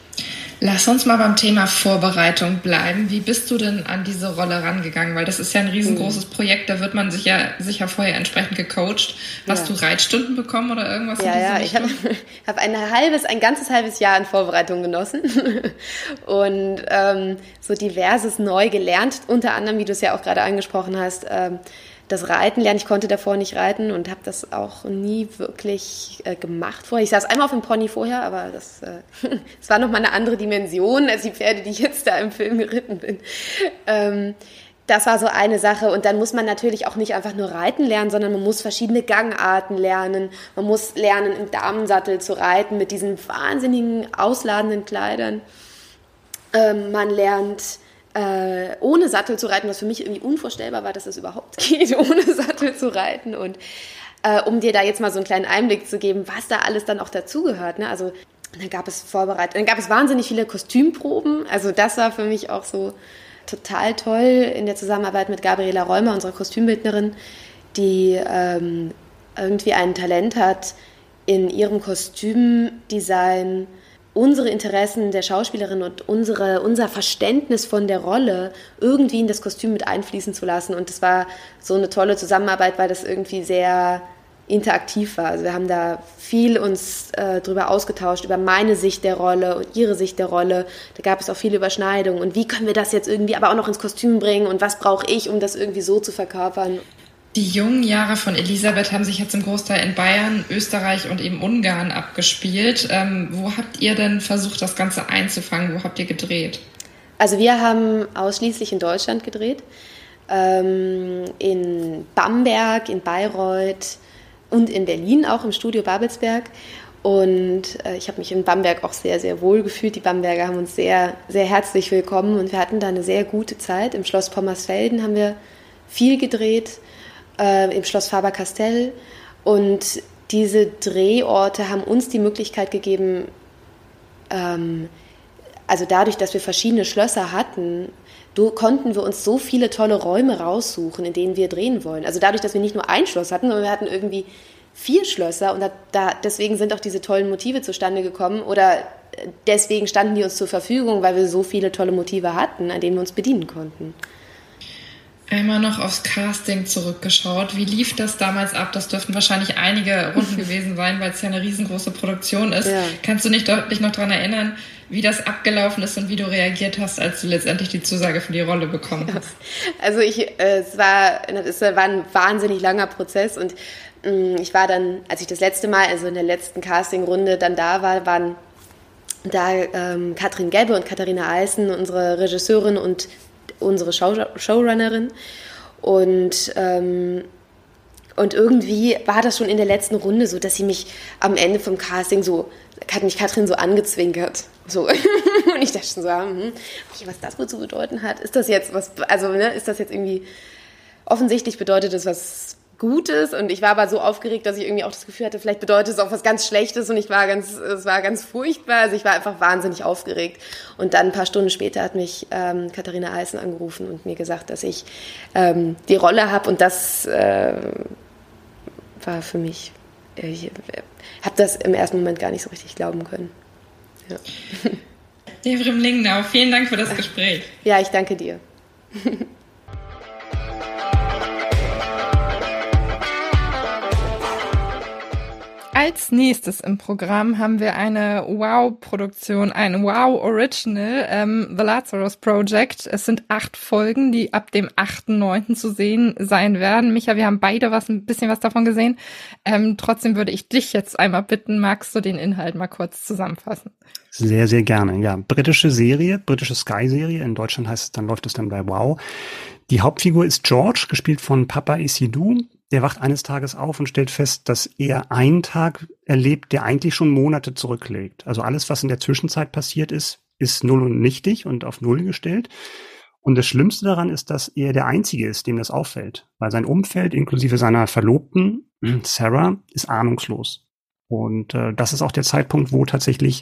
Lass uns mal beim Thema Vorbereitung bleiben. Wie bist du denn an diese Rolle rangegangen? Weil das ist ja ein riesengroßes Projekt, da wird man sich ja sicher vorher entsprechend gecoacht. Hast ja. du Reitstunden bekommen oder irgendwas? Ja, in ja, ich habe hab ein halbes, ein ganzes halbes Jahr an Vorbereitung genossen und ähm, so diverses neu gelernt. Unter anderem, wie du es ja auch gerade angesprochen hast, ähm, das Reiten lernen. Ich konnte davor nicht reiten und habe das auch nie wirklich äh, gemacht vorher. Ich saß einmal auf dem Pony vorher, aber das, äh, das war nochmal eine andere Dimension als die Pferde, die ich jetzt da im Film geritten bin. Ähm, das war so eine Sache. Und dann muss man natürlich auch nicht einfach nur reiten lernen, sondern man muss verschiedene Gangarten lernen. Man muss lernen, im Damensattel zu reiten mit diesen wahnsinnigen, ausladenden Kleidern. Ähm, man lernt ohne Sattel zu reiten, was für mich irgendwie unvorstellbar war, dass es überhaupt geht, ohne Sattel zu reiten. Und äh, um dir da jetzt mal so einen kleinen Einblick zu geben, was da alles dann auch dazugehört. Ne? Also dann gab es Vorbereitung, dann gab es wahnsinnig viele Kostümproben. Also das war für mich auch so total toll in der Zusammenarbeit mit Gabriela Reumer, unserer Kostümbildnerin, die ähm, irgendwie ein Talent hat, in ihrem Kostümdesign unsere Interessen der Schauspielerin und unsere, unser Verständnis von der Rolle irgendwie in das Kostüm mit einfließen zu lassen. Und das war so eine tolle Zusammenarbeit, weil das irgendwie sehr interaktiv war. Also wir haben da viel uns äh, drüber ausgetauscht, über meine Sicht der Rolle und ihre Sicht der Rolle. Da gab es auch viele Überschneidungen. Und wie können wir das jetzt irgendwie aber auch noch ins Kostüm bringen? Und was brauche ich, um das irgendwie so zu verkörpern? Die jungen Jahre von Elisabeth haben sich jetzt im Großteil in Bayern, Österreich und eben Ungarn abgespielt. Ähm, wo habt ihr denn versucht, das Ganze einzufangen? Wo habt ihr gedreht? Also wir haben ausschließlich in Deutschland gedreht. Ähm, in Bamberg, in Bayreuth und in Berlin, auch im Studio Babelsberg. Und äh, ich habe mich in Bamberg auch sehr, sehr wohl gefühlt. Die Bamberger haben uns sehr, sehr herzlich willkommen und wir hatten da eine sehr gute Zeit. Im Schloss Pommersfelden haben wir viel gedreht. Äh, im Schloss Faber-Castell. Und diese Drehorte haben uns die Möglichkeit gegeben, ähm, also dadurch, dass wir verschiedene Schlösser hatten, do, konnten wir uns so viele tolle Räume raussuchen, in denen wir drehen wollen. Also dadurch, dass wir nicht nur ein Schloss hatten, sondern wir hatten irgendwie vier Schlösser und da, da, deswegen sind auch diese tollen Motive zustande gekommen oder deswegen standen die uns zur Verfügung, weil wir so viele tolle Motive hatten, an denen wir uns bedienen konnten. Einmal noch aufs Casting zurückgeschaut. Wie lief das damals ab? Das dürften wahrscheinlich einige Runden gewesen sein, weil es ja eine riesengroße Produktion ist. Ja. Kannst du nicht, dich noch daran erinnern, wie das abgelaufen ist und wie du reagiert hast, als du letztendlich die Zusage für die Rolle bekommen hast? Also ich, äh, es war, es war ein wahnsinnig langer Prozess und mh, ich war dann, als ich das letzte Mal, also in der letzten Castingrunde dann da war, waren da ähm, Katrin Gebbe und Katharina Alsen, unsere Regisseurin und unsere Show, Showrunnerin und ähm, und irgendwie war das schon in der letzten Runde so, dass sie mich am Ende vom Casting so, hat mich Katrin so angezwinkert, so und ich dachte schon so, hm, was das wohl zu bedeuten hat, ist das jetzt was, also ne, ist das jetzt irgendwie offensichtlich bedeutet das was Gutes und ich war aber so aufgeregt, dass ich irgendwie auch das Gefühl hatte, vielleicht bedeutet es auch was ganz Schlechtes und ich war ganz, es war ganz furchtbar, also ich war einfach wahnsinnig aufgeregt und dann ein paar Stunden später hat mich ähm, Katharina Alsen angerufen und mir gesagt, dass ich ähm, die Rolle habe und das äh, war für mich, äh, ich habe das im ersten Moment gar nicht so richtig glauben können. Ja. Devrim Lingnau, vielen Dank für das Gespräch. Ja, ich danke dir. Als nächstes im Programm haben wir eine Wow-Produktion, ein Wow-Original, ähm, The Lazarus Project. Es sind acht Folgen, die ab dem achten neunten zu sehen sein werden. Micha, wir haben beide was, ein bisschen was davon gesehen. Ähm, trotzdem würde ich dich jetzt einmal bitten, magst du den Inhalt mal kurz zusammenfassen? Sehr, sehr gerne. Ja, britische Serie, britische Sky-Serie. In Deutschland heißt es, dann läuft es dann bei Wow. Die Hauptfigur ist George, gespielt von Papa Isidou. Der wacht eines Tages auf und stellt fest, dass er einen Tag erlebt, der eigentlich schon Monate zurücklegt. Also alles, was in der Zwischenzeit passiert ist, ist null und nichtig und auf Null gestellt. Und das Schlimmste daran ist, dass er der Einzige ist, dem das auffällt. Weil sein Umfeld, inklusive seiner Verlobten, Sarah, ist ahnungslos. Und äh, das ist auch der Zeitpunkt, wo tatsächlich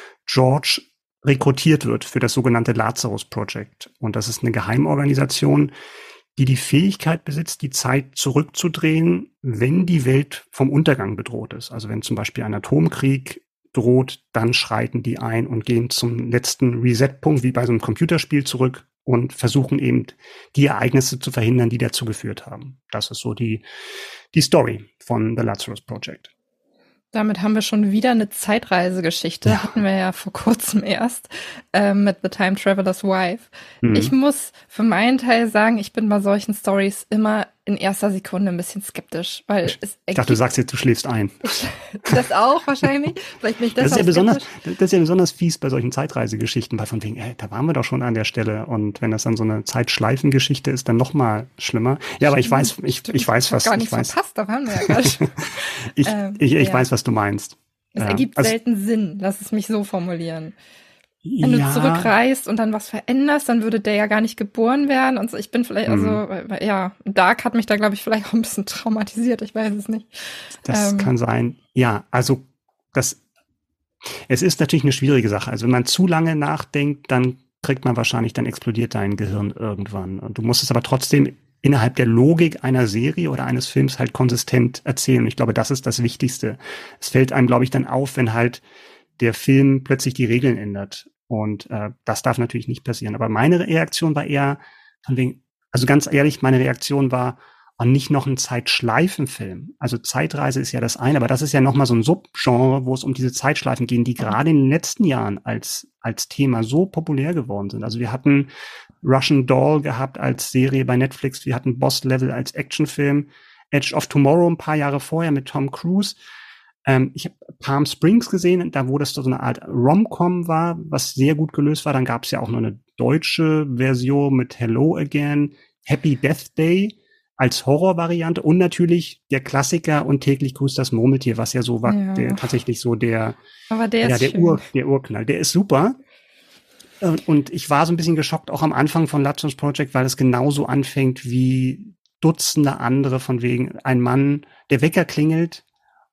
George rekrutiert wird für das sogenannte Lazarus Project. Und das ist eine Geheimorganisation, die die Fähigkeit besitzt, die Zeit zurückzudrehen, wenn die Welt vom Untergang bedroht ist. Also wenn zum Beispiel ein Atomkrieg droht, dann schreiten die ein und gehen zum letzten Reset-Punkt, wie bei so einem Computerspiel, zurück und versuchen eben die Ereignisse zu verhindern, die dazu geführt haben. Das ist so die, die Story von The Lazarus Project. Damit haben wir schon wieder eine Zeitreisegeschichte, ja. Hatten wir ja vor kurzem erst äh, mit The Time Traveler's Wife. Mhm. Ich muss für meinen Teil sagen, ich bin bei solchen Stories immer in erster Sekunde ein bisschen skeptisch, weil ich, es ich dachte, du sagst jetzt, du schläfst ein. Das auch wahrscheinlich, vielleicht nicht das ist ja besonders, das ist ja besonders fies bei solchen Zeitreisegeschichten, weil von wegen, ey, da waren wir doch schon an der Stelle und wenn das dann so eine Zeitschleifengeschichte ist, dann noch mal schlimmer. Ja, aber ich weiß, ich, ich weiß, was gar nicht ich weiß. Verpasst, da waren wir ja gar nicht. ich, ähm, ich, ich ja. weiß, was du meinst. Es ergibt also, selten Sinn, lass es mich so formulieren. Wenn ja. du zurückreist und dann was veränderst, dann würde der ja gar nicht geboren werden. Und so. Ich bin vielleicht, also, mhm. ja, Dark hat mich da, glaube ich, vielleicht auch ein bisschen traumatisiert. Ich weiß es nicht. Das ähm. kann sein. Ja, also, das, es ist natürlich eine schwierige Sache. Also, wenn man zu lange nachdenkt, dann kriegt man wahrscheinlich, dann explodiert dein Gehirn irgendwann. Und du musst es aber trotzdem innerhalb der Logik einer Serie oder eines Films halt konsistent erzählen. Und ich glaube, das ist das Wichtigste. Es fällt einem, glaube ich, dann auf, wenn halt der Film plötzlich die Regeln ändert. Und äh, das darf natürlich nicht passieren. Aber meine Reaktion war eher von wegen, also ganz ehrlich, meine Reaktion war, oh, nicht noch ein Zeitschleifenfilm. Also Zeitreise ist ja das eine, aber das ist ja nochmal so ein Subgenre, wo es um diese Zeitschleifen gehen, die gerade in den letzten Jahren als als Thema so populär geworden sind. Also wir hatten Russian Doll gehabt als Serie bei Netflix, wir hatten Boss Level als Actionfilm, Edge of Tomorrow ein paar Jahre vorher mit Tom Cruise. Ähm, ich habe Palm Springs gesehen, da wo das so eine Art Rom-Com war, was sehr gut gelöst war. Dann gab es ja auch noch eine deutsche Version mit Hello Again, Happy Death Day als Horrorvariante und natürlich der Klassiker und täglich grüßt das Murmeltier, was ja so war, ja. der tatsächlich so der, Aber der, ja, ist der, schön. Ur, der Urknall. Der ist super. Und ich war so ein bisschen geschockt, auch am Anfang von Lazarus Project, weil es genauso anfängt wie Dutzende andere, von wegen ein Mann, der Wecker klingelt,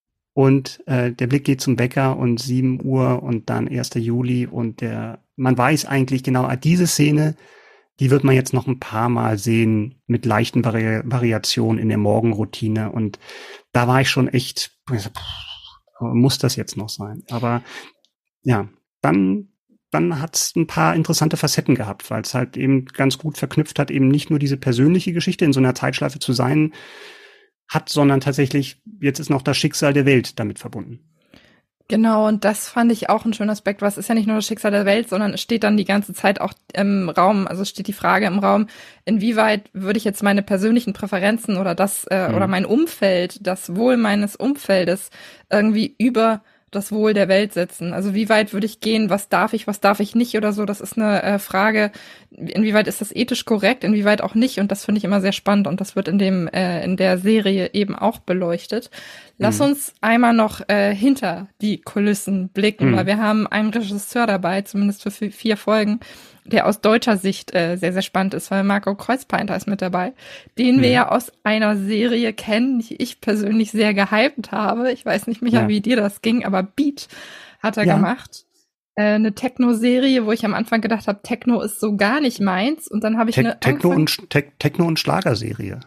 und äh, der Blick geht zum Bäcker und sieben Uhr und dann erster Juli und der, man weiß eigentlich genau, diese Szene, die wird man jetzt noch ein paar Mal sehen mit leichten Vari- Variationen in der Morgenroutine und da war ich schon echt, pff, muss das jetzt noch sein? Aber ja, dann dann hat's ein paar interessante Facetten gehabt, weil es halt eben ganz gut verknüpft hat, eben nicht nur diese persönliche Geschichte in so einer Zeitschleife zu sein hat, sondern tatsächlich, jetzt ist noch das Schicksal der Welt damit verbunden. Genau, und das fand ich auch ein schöner Aspekt, was ist ja nicht nur das Schicksal der Welt, sondern es steht dann die ganze Zeit auch im Raum, also steht die Frage im Raum, inwieweit würde ich jetzt meine persönlichen Präferenzen oder das äh, mhm. oder mein Umfeld, das Wohl meines Umfeldes irgendwie über das Wohl der Welt setzen. Also wie weit würde ich gehen, was darf ich, was darf ich nicht oder so, das ist eine äh, Frage, inwieweit ist das ethisch korrekt, inwieweit auch nicht, und das finde ich immer sehr spannend und das wird in dem äh, in der Serie eben auch beleuchtet. Lass mhm. uns einmal noch äh, hinter die Kulissen blicken, mhm. weil wir haben einen Regisseur dabei, zumindest für vier Folgen, der aus deutscher Sicht äh, sehr, sehr spannend ist, weil Marco Kreuzpainter ist mit dabei, den mhm. wir ja aus einer Serie kennen, die ich persönlich sehr gehypt habe. Ich weiß nicht, Micha, ja. wie dir das ging, aber Beat hat er ja. gemacht. Äh, eine Techno-Serie, wo ich am Anfang gedacht habe, Techno ist so gar nicht meins. Und dann habe ich Te- eine Techno und Te- Techno und Schlagerserie.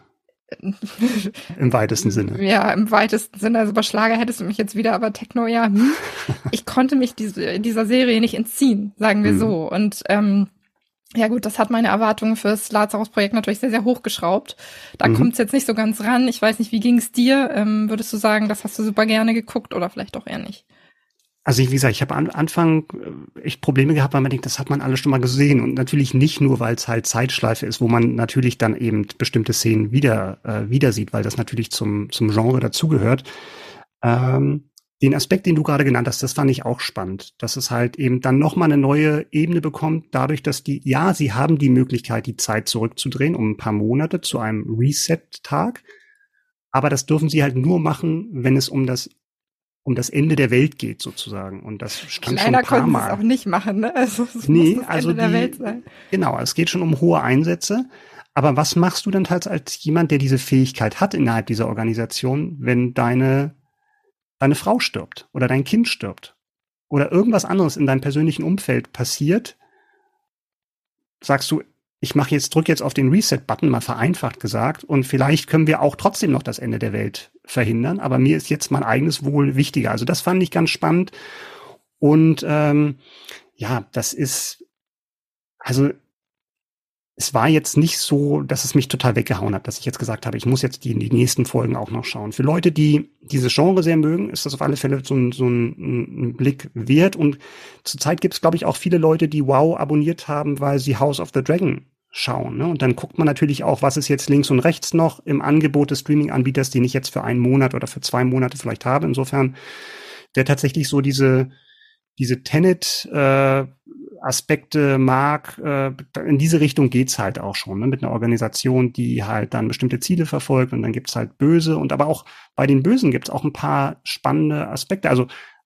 Im weitesten Sinne. Ja, im weitesten Sinne. Also bei Schlager hättest du mich jetzt wieder, aber Techno, ja, hm. Ich konnte mich diese, dieser Serie nicht entziehen, sagen wir mhm. so. Und ähm, ja gut, das hat meine Erwartungen fürs Lazarus-Projekt natürlich sehr, sehr hochgeschraubt. Da mhm. kommt es jetzt nicht so ganz ran. Ich weiß nicht, wie ging es dir? Ähm, würdest du sagen, das hast du super gerne geguckt oder vielleicht auch eher nicht? Also ich, wie gesagt, ich habe am Anfang echt Probleme gehabt, weil man denkt, das hat man alles schon mal gesehen. Und natürlich nicht nur, weil es halt Zeitschleife ist, wo man natürlich dann eben bestimmte Szenen wieder äh, wieder sieht, weil das natürlich zum zum Genre dazugehört. Ähm, den Aspekt, den du gerade genannt hast, das fand ich auch spannend, dass es halt eben dann nochmal eine neue Ebene bekommt, dadurch, dass die, ja, sie haben die Möglichkeit, die Zeit zurückzudrehen um ein paar Monate zu einem Reset-Tag. Aber das dürfen sie halt nur machen, wenn es um das um das Ende der Welt geht sozusagen, und das stand Kleiner schon ein paar konnten Mal. Es auch nicht machen, ne? Also es nee, muss das also Ende die, der Welt sein. Genau, es geht schon um hohe Einsätze. Aber was machst du denn halt als jemand, der diese Fähigkeit hat innerhalb dieser Organisation, wenn deine deine Frau stirbt oder dein Kind stirbt oder irgendwas anderes in deinem persönlichen Umfeld passiert? Sagst du, ich mache jetzt, drücke jetzt auf den Reset-Button, mal vereinfacht gesagt, und vielleicht können wir auch trotzdem noch das Ende der Welt verhindern, aber mir ist jetzt mein eigenes Wohl wichtiger. Also das fand ich ganz spannend. Und ähm, ja, das ist, also es war jetzt nicht so, dass es mich total weggehauen hat, dass ich jetzt gesagt habe, ich muss jetzt die, die nächsten Folgen auch noch schauen. Für Leute, die dieses Genre sehr mögen, ist das auf alle Fälle so ein, so ein, ein Blick wert. Und zurzeit gibt es, glaube ich, auch viele Leute, die WoW abonniert haben, weil sie House of the Dragon schauen. Ne? Und dann guckt man natürlich auch, was ist jetzt links und rechts noch im Angebot des Streaming-Anbieters, den ich jetzt für einen Monat oder für zwei Monate vielleicht habe. Insofern, der tatsächlich so diese diese Tenet äh, Aspekte mag, äh, in diese Richtung geht's halt auch schon, ne? Mit einer Organisation, die halt dann bestimmte Ziele verfolgt, und dann gibt's halt Böse, und aber auch bei den Bösen gibt's auch ein paar spannende Aspekte. Also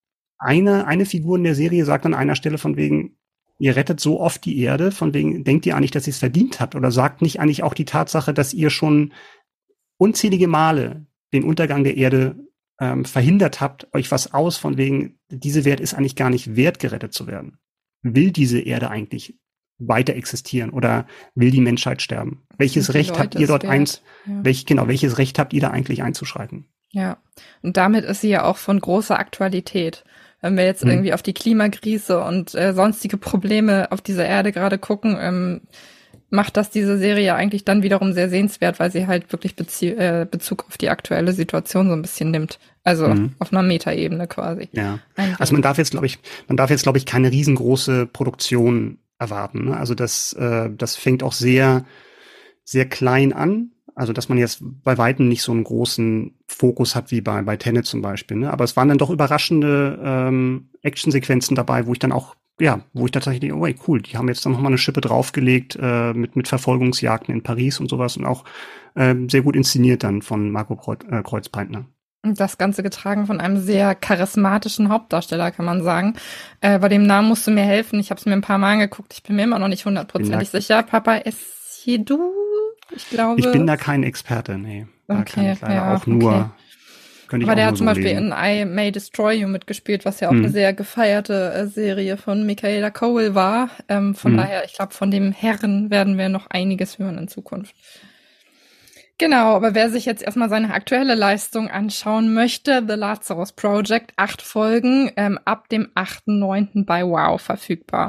eine eine Figur in der Serie sagt an einer Stelle von wegen, ihr rettet so oft die Erde, von wegen, denkt ihr eigentlich, dass ihr es verdient habt, oder sagt nicht eigentlich auch die Tatsache, dass ihr schon unzählige Male den Untergang der Erde ähm, verhindert habt, euch was aus, von wegen, diese Welt ist eigentlich gar nicht wert, gerettet zu werden. Will diese Erde eigentlich weiter existieren oder will die Menschheit sterben? Welches Recht Leute habt ihr dort eins, ja. welch, genau, welches Recht habt ihr da eigentlich einzuschreiten? Ja, und damit ist sie ja auch von großer Aktualität. Wenn wir jetzt hm. irgendwie auf die Klimakrise und äh, sonstige Probleme auf dieser Erde gerade gucken, ähm, macht das diese Serie eigentlich dann wiederum sehr sehenswert, weil sie halt wirklich Bezie- äh, Bezug auf die aktuelle Situation so ein bisschen nimmt. Also mhm. auf einer Metaebene quasi. Ja. Also man darf jetzt, glaube ich, man darf jetzt, glaube ich, keine riesengroße Produktion erwarten. Ne? Also das, äh, das fängt auch sehr, sehr klein an. Also dass man jetzt bei weitem nicht so einen großen Fokus hat wie bei bei Tenet zum Beispiel. Ne? Aber es waren dann doch überraschende ähm, Actionsequenzen dabei, wo ich dann auch ja, wo ich tatsächlich, oh, ey, cool, die haben jetzt dann nochmal eine Schippe draufgelegt äh, mit mit Verfolgungsjagden in Paris und sowas, und auch äh, sehr gut inszeniert dann von Marco Kreuz, äh, Kreuzpaintner. Und das Ganze getragen von einem sehr charismatischen Hauptdarsteller, kann man sagen. Äh, bei dem Namen musst du mir helfen. Ich habe es mir ein paar Mal angeguckt. Ich bin mir immer noch nicht hundertprozentig sicher. Papa Esjedu, ich glaube. Ich bin da kein Experte, nee. Da okay, kann ich leider ja, auch nur... Okay. Aber der hat zum so Beispiel lesen. in I May Destroy You mitgespielt, was ja auch hm. eine sehr gefeierte äh, Serie von Michaela Coel war. Ähm, von hm. daher, ich glaube, von dem Herren werden wir noch einiges hören in Zukunft. Genau, aber wer sich jetzt erstmal seine aktuelle Leistung anschauen möchte, The Lazarus Project, acht Folgen, ähm, ab dem achten neunten bei Wow verfügbar.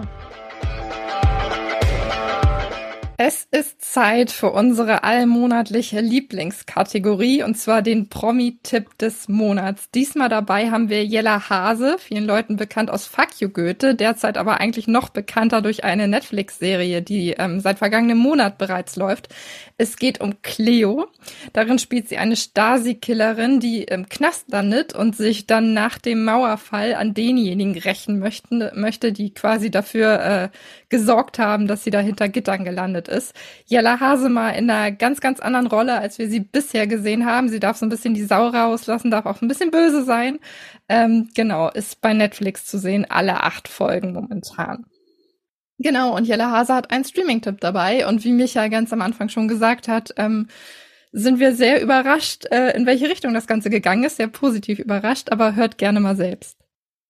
Es ist Zeit für unsere allmonatliche Lieblingskategorie, und zwar den Promi-Tipp des Monats. Diesmal dabei haben wir Jella Hase, vielen Leuten bekannt aus Fuck You Goethe, derzeit aber eigentlich noch bekannter durch eine Netflix-Serie, die ähm, seit vergangenem Monat bereits läuft. Es geht um Cleo. Darin spielt sie eine Stasi-Killerin, die im Knast landet und sich dann nach dem Mauerfall an denjenigen rächen möchten, möchte, die quasi dafür äh, gesorgt haben, dass sie da hinter Gittern gelandet ist. Jella Hase mal in einer ganz, ganz anderen Rolle, als wir sie bisher gesehen haben. Sie darf so ein bisschen die Sau rauslassen, darf auch ein bisschen böse sein. Ähm, genau, ist bei Netflix zu sehen, alle acht Folgen momentan. Genau, und Jella Hase hat einen Streaming-Tipp dabei. Und wie Micha ganz am Anfang schon gesagt hat, ähm, sind wir sehr überrascht, äh, in welche Richtung das Ganze gegangen ist. Sehr positiv überrascht, aber hört gerne mal selbst.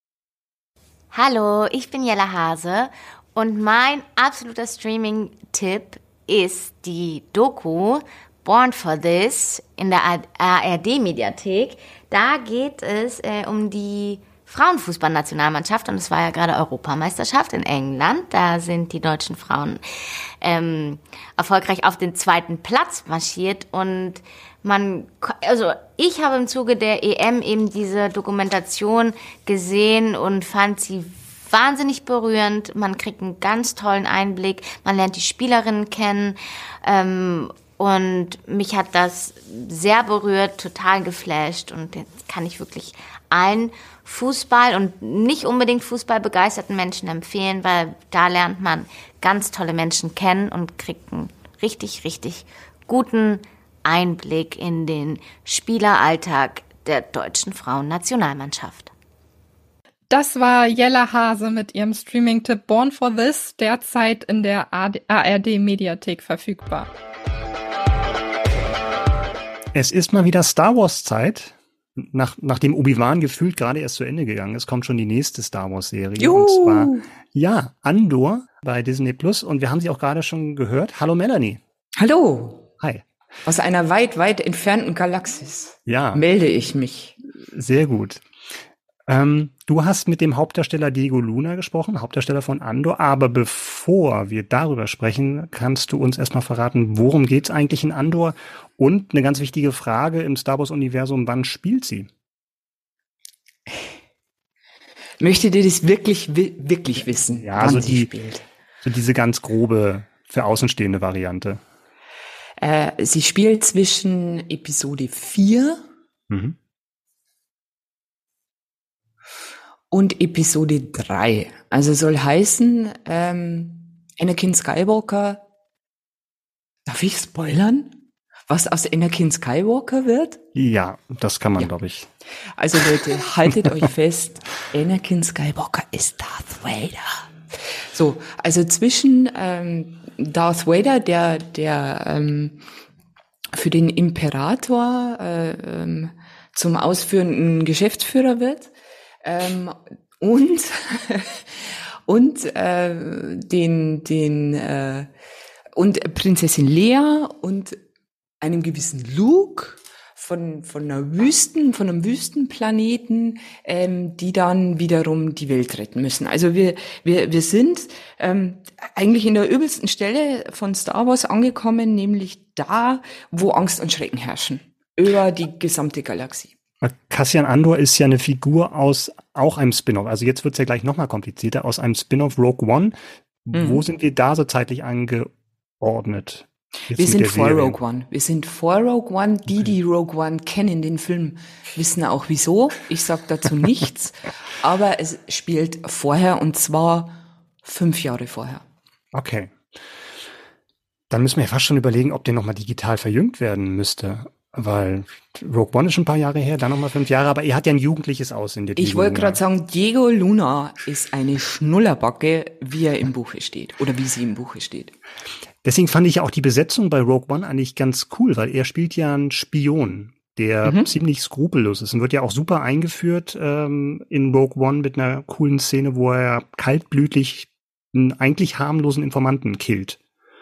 Hallo, ich bin Jella Hase. Und mein absoluter Streaming-Tipp ist die Doku Born for This in der A R D-Mediathek. Da geht es äh, um die Frauenfußballnationalmannschaft und es war ja gerade Europameisterschaft in England. Da sind die deutschen Frauen ähm, erfolgreich auf den zweiten Platz marschiert und man, also ich habe im Zuge der E M eben diese Dokumentation gesehen und fand sie wahnsinnig berührend. Man kriegt einen ganz tollen Einblick. Man lernt die Spielerinnen kennen. Ähm, und mich hat das sehr berührt, total geflasht. Und jetzt kann ich wirklich allen Fußball und nicht unbedingt Fußball begeisterten Menschen empfehlen, weil da lernt man ganz tolle Menschen kennen und kriegt einen richtig, richtig guten Einblick in den Spieleralltag der deutschen Frauennationalmannschaft. Das war Jella Hase mit ihrem Streaming-Tipp Born for This, derzeit in der A R D-Mediathek verfügbar. Es ist mal wieder Star Wars-Zeit. Nach, nachdem Obi-Wan gefühlt gerade erst zu Ende gegangen ist, kommt schon die nächste Star Wars-Serie. Juhu. Und zwar, ja, Andor bei Disney Plus. Und wir haben sie auch gerade schon gehört. Hallo Melanie. Hallo. Hi. Aus einer weit, weit entfernten Galaxis. Ja. Melde ich mich. Sehr gut. Ähm, du hast mit dem Hauptdarsteller Diego Luna gesprochen, Hauptdarsteller von Andor. Aber bevor wir darüber sprechen, kannst du uns erstmal verraten, worum geht's eigentlich in Andor? Und eine ganz wichtige Frage im Star Wars-Universum, wann spielt sie? Möchtet ihr das wirklich, wirklich wissen, ja, wann so sie die, spielt? So diese ganz grobe, für Außenstehende Variante. Äh, sie spielt zwischen Episode vier mhm. und Episode drei. Also soll heißen, ähm, Anakin Skywalker, darf ich spoilern, was aus Anakin Skywalker wird? Ja, das kann man, ja. glaube ich. Also Leute, haltet euch fest, Anakin Skywalker ist Darth Vader. So, also zwischen ähm, Darth Vader, der der ähm, für den Imperator äh, ähm, zum ausführenden Geschäftsführer wird, ähm, und und äh, den den äh, und Prinzessin Leia und einem gewissen Luke von von einer Wüsten von einem Wüstenplaneten, ähm, die dann wiederum die Welt retten müssen. Also wir wir wir sind ähm, eigentlich in der übelsten Stelle von Star Wars angekommen, nämlich da, wo Angst und Schrecken herrschen über die gesamte Galaxie. Cassian Andor ist ja eine Figur aus auch einem Spin-off. Also jetzt wird's ja gleich noch mal komplizierter, aus einem Spin-off Rogue One. Mhm. Wo sind wir da so zeitlich angeordnet? Wir sind vor Rogue One. Wir sind vor Rogue One. Die, okay. die Rogue One kennen, den Film, wissen auch wieso. Ich sag dazu nichts. Aber es spielt vorher, und zwar fünf Jahre vorher. Okay. Dann müssen wir ja fast schon überlegen, ob der nochmal digital verjüngt werden müsste. Weil Rogue One ist schon ein paar Jahre her, dann nochmal fünf Jahre, aber er hat ja ein jugendliches Aussehen. Der ich wollte gerade sagen, Diego Luna ist eine Schnullerbacke, wie er im Buche steht. Oder wie sie im Buche steht. Deswegen fand ich ja auch die Besetzung bei Rogue One eigentlich ganz cool, weil er spielt ja einen Spion, der mhm. ziemlich skrupellos ist und wird ja auch super eingeführt ähm, in Rogue One mit einer coolen Szene, wo er kaltblütig einen eigentlich harmlosen Informanten killt.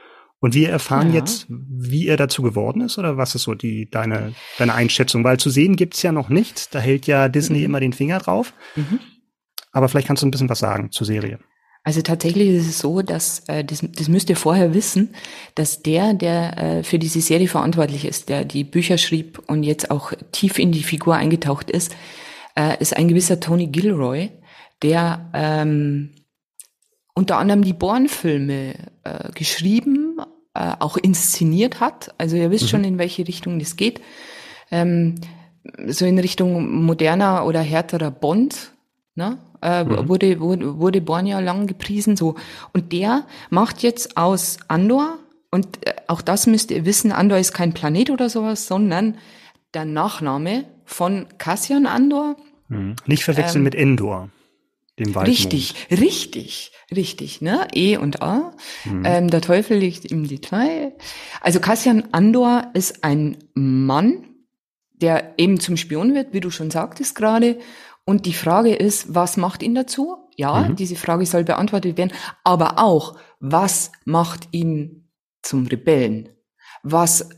Und wir erfahren Ja. jetzt, wie er dazu geworden ist, oder was ist so die deine deine Einschätzung? Weil zu sehen gibt's ja noch nichts, da hält ja Disney Mhm. immer den Finger drauf. Mhm. Aber vielleicht kannst du ein bisschen was sagen zur Serie. Also tatsächlich ist es so, dass, äh, das, das müsst ihr vorher wissen, dass der, der äh, für diese Serie verantwortlich ist, der die Bücher schrieb und jetzt auch tief in die Figur eingetaucht ist, äh, ist ein gewisser Tony Gilroy, der ähm, unter anderem die Bourne-Filme äh, geschrieben, äh, auch inszeniert hat. Also ihr wisst Mhm. schon, in welche Richtung das geht. Ähm, so in Richtung moderner oder härterer Bond, ne? Äh, Mhm. wurde, wurde, wurde Bourne ja lang gepriesen, so. Und der macht jetzt aus Andor, und äh, auch das müsst ihr wissen, Andor ist kein Planet oder sowas, sondern der Nachname von Cassian Andor. Mhm. Nicht verwechseln Ähm, mit Endor, dem Waldmond. Richtig, richtig, richtig, ne? E und A. Mhm. Ähm, der Teufel liegt im Detail. Also Cassian Andor ist ein Mann, der eben zum Spion wird, wie du schon sagtest gerade. Und die Frage ist, was macht ihn dazu? Ja, Mhm. diese Frage soll beantwortet werden. Aber auch, was macht ihn zum Rebellen? Was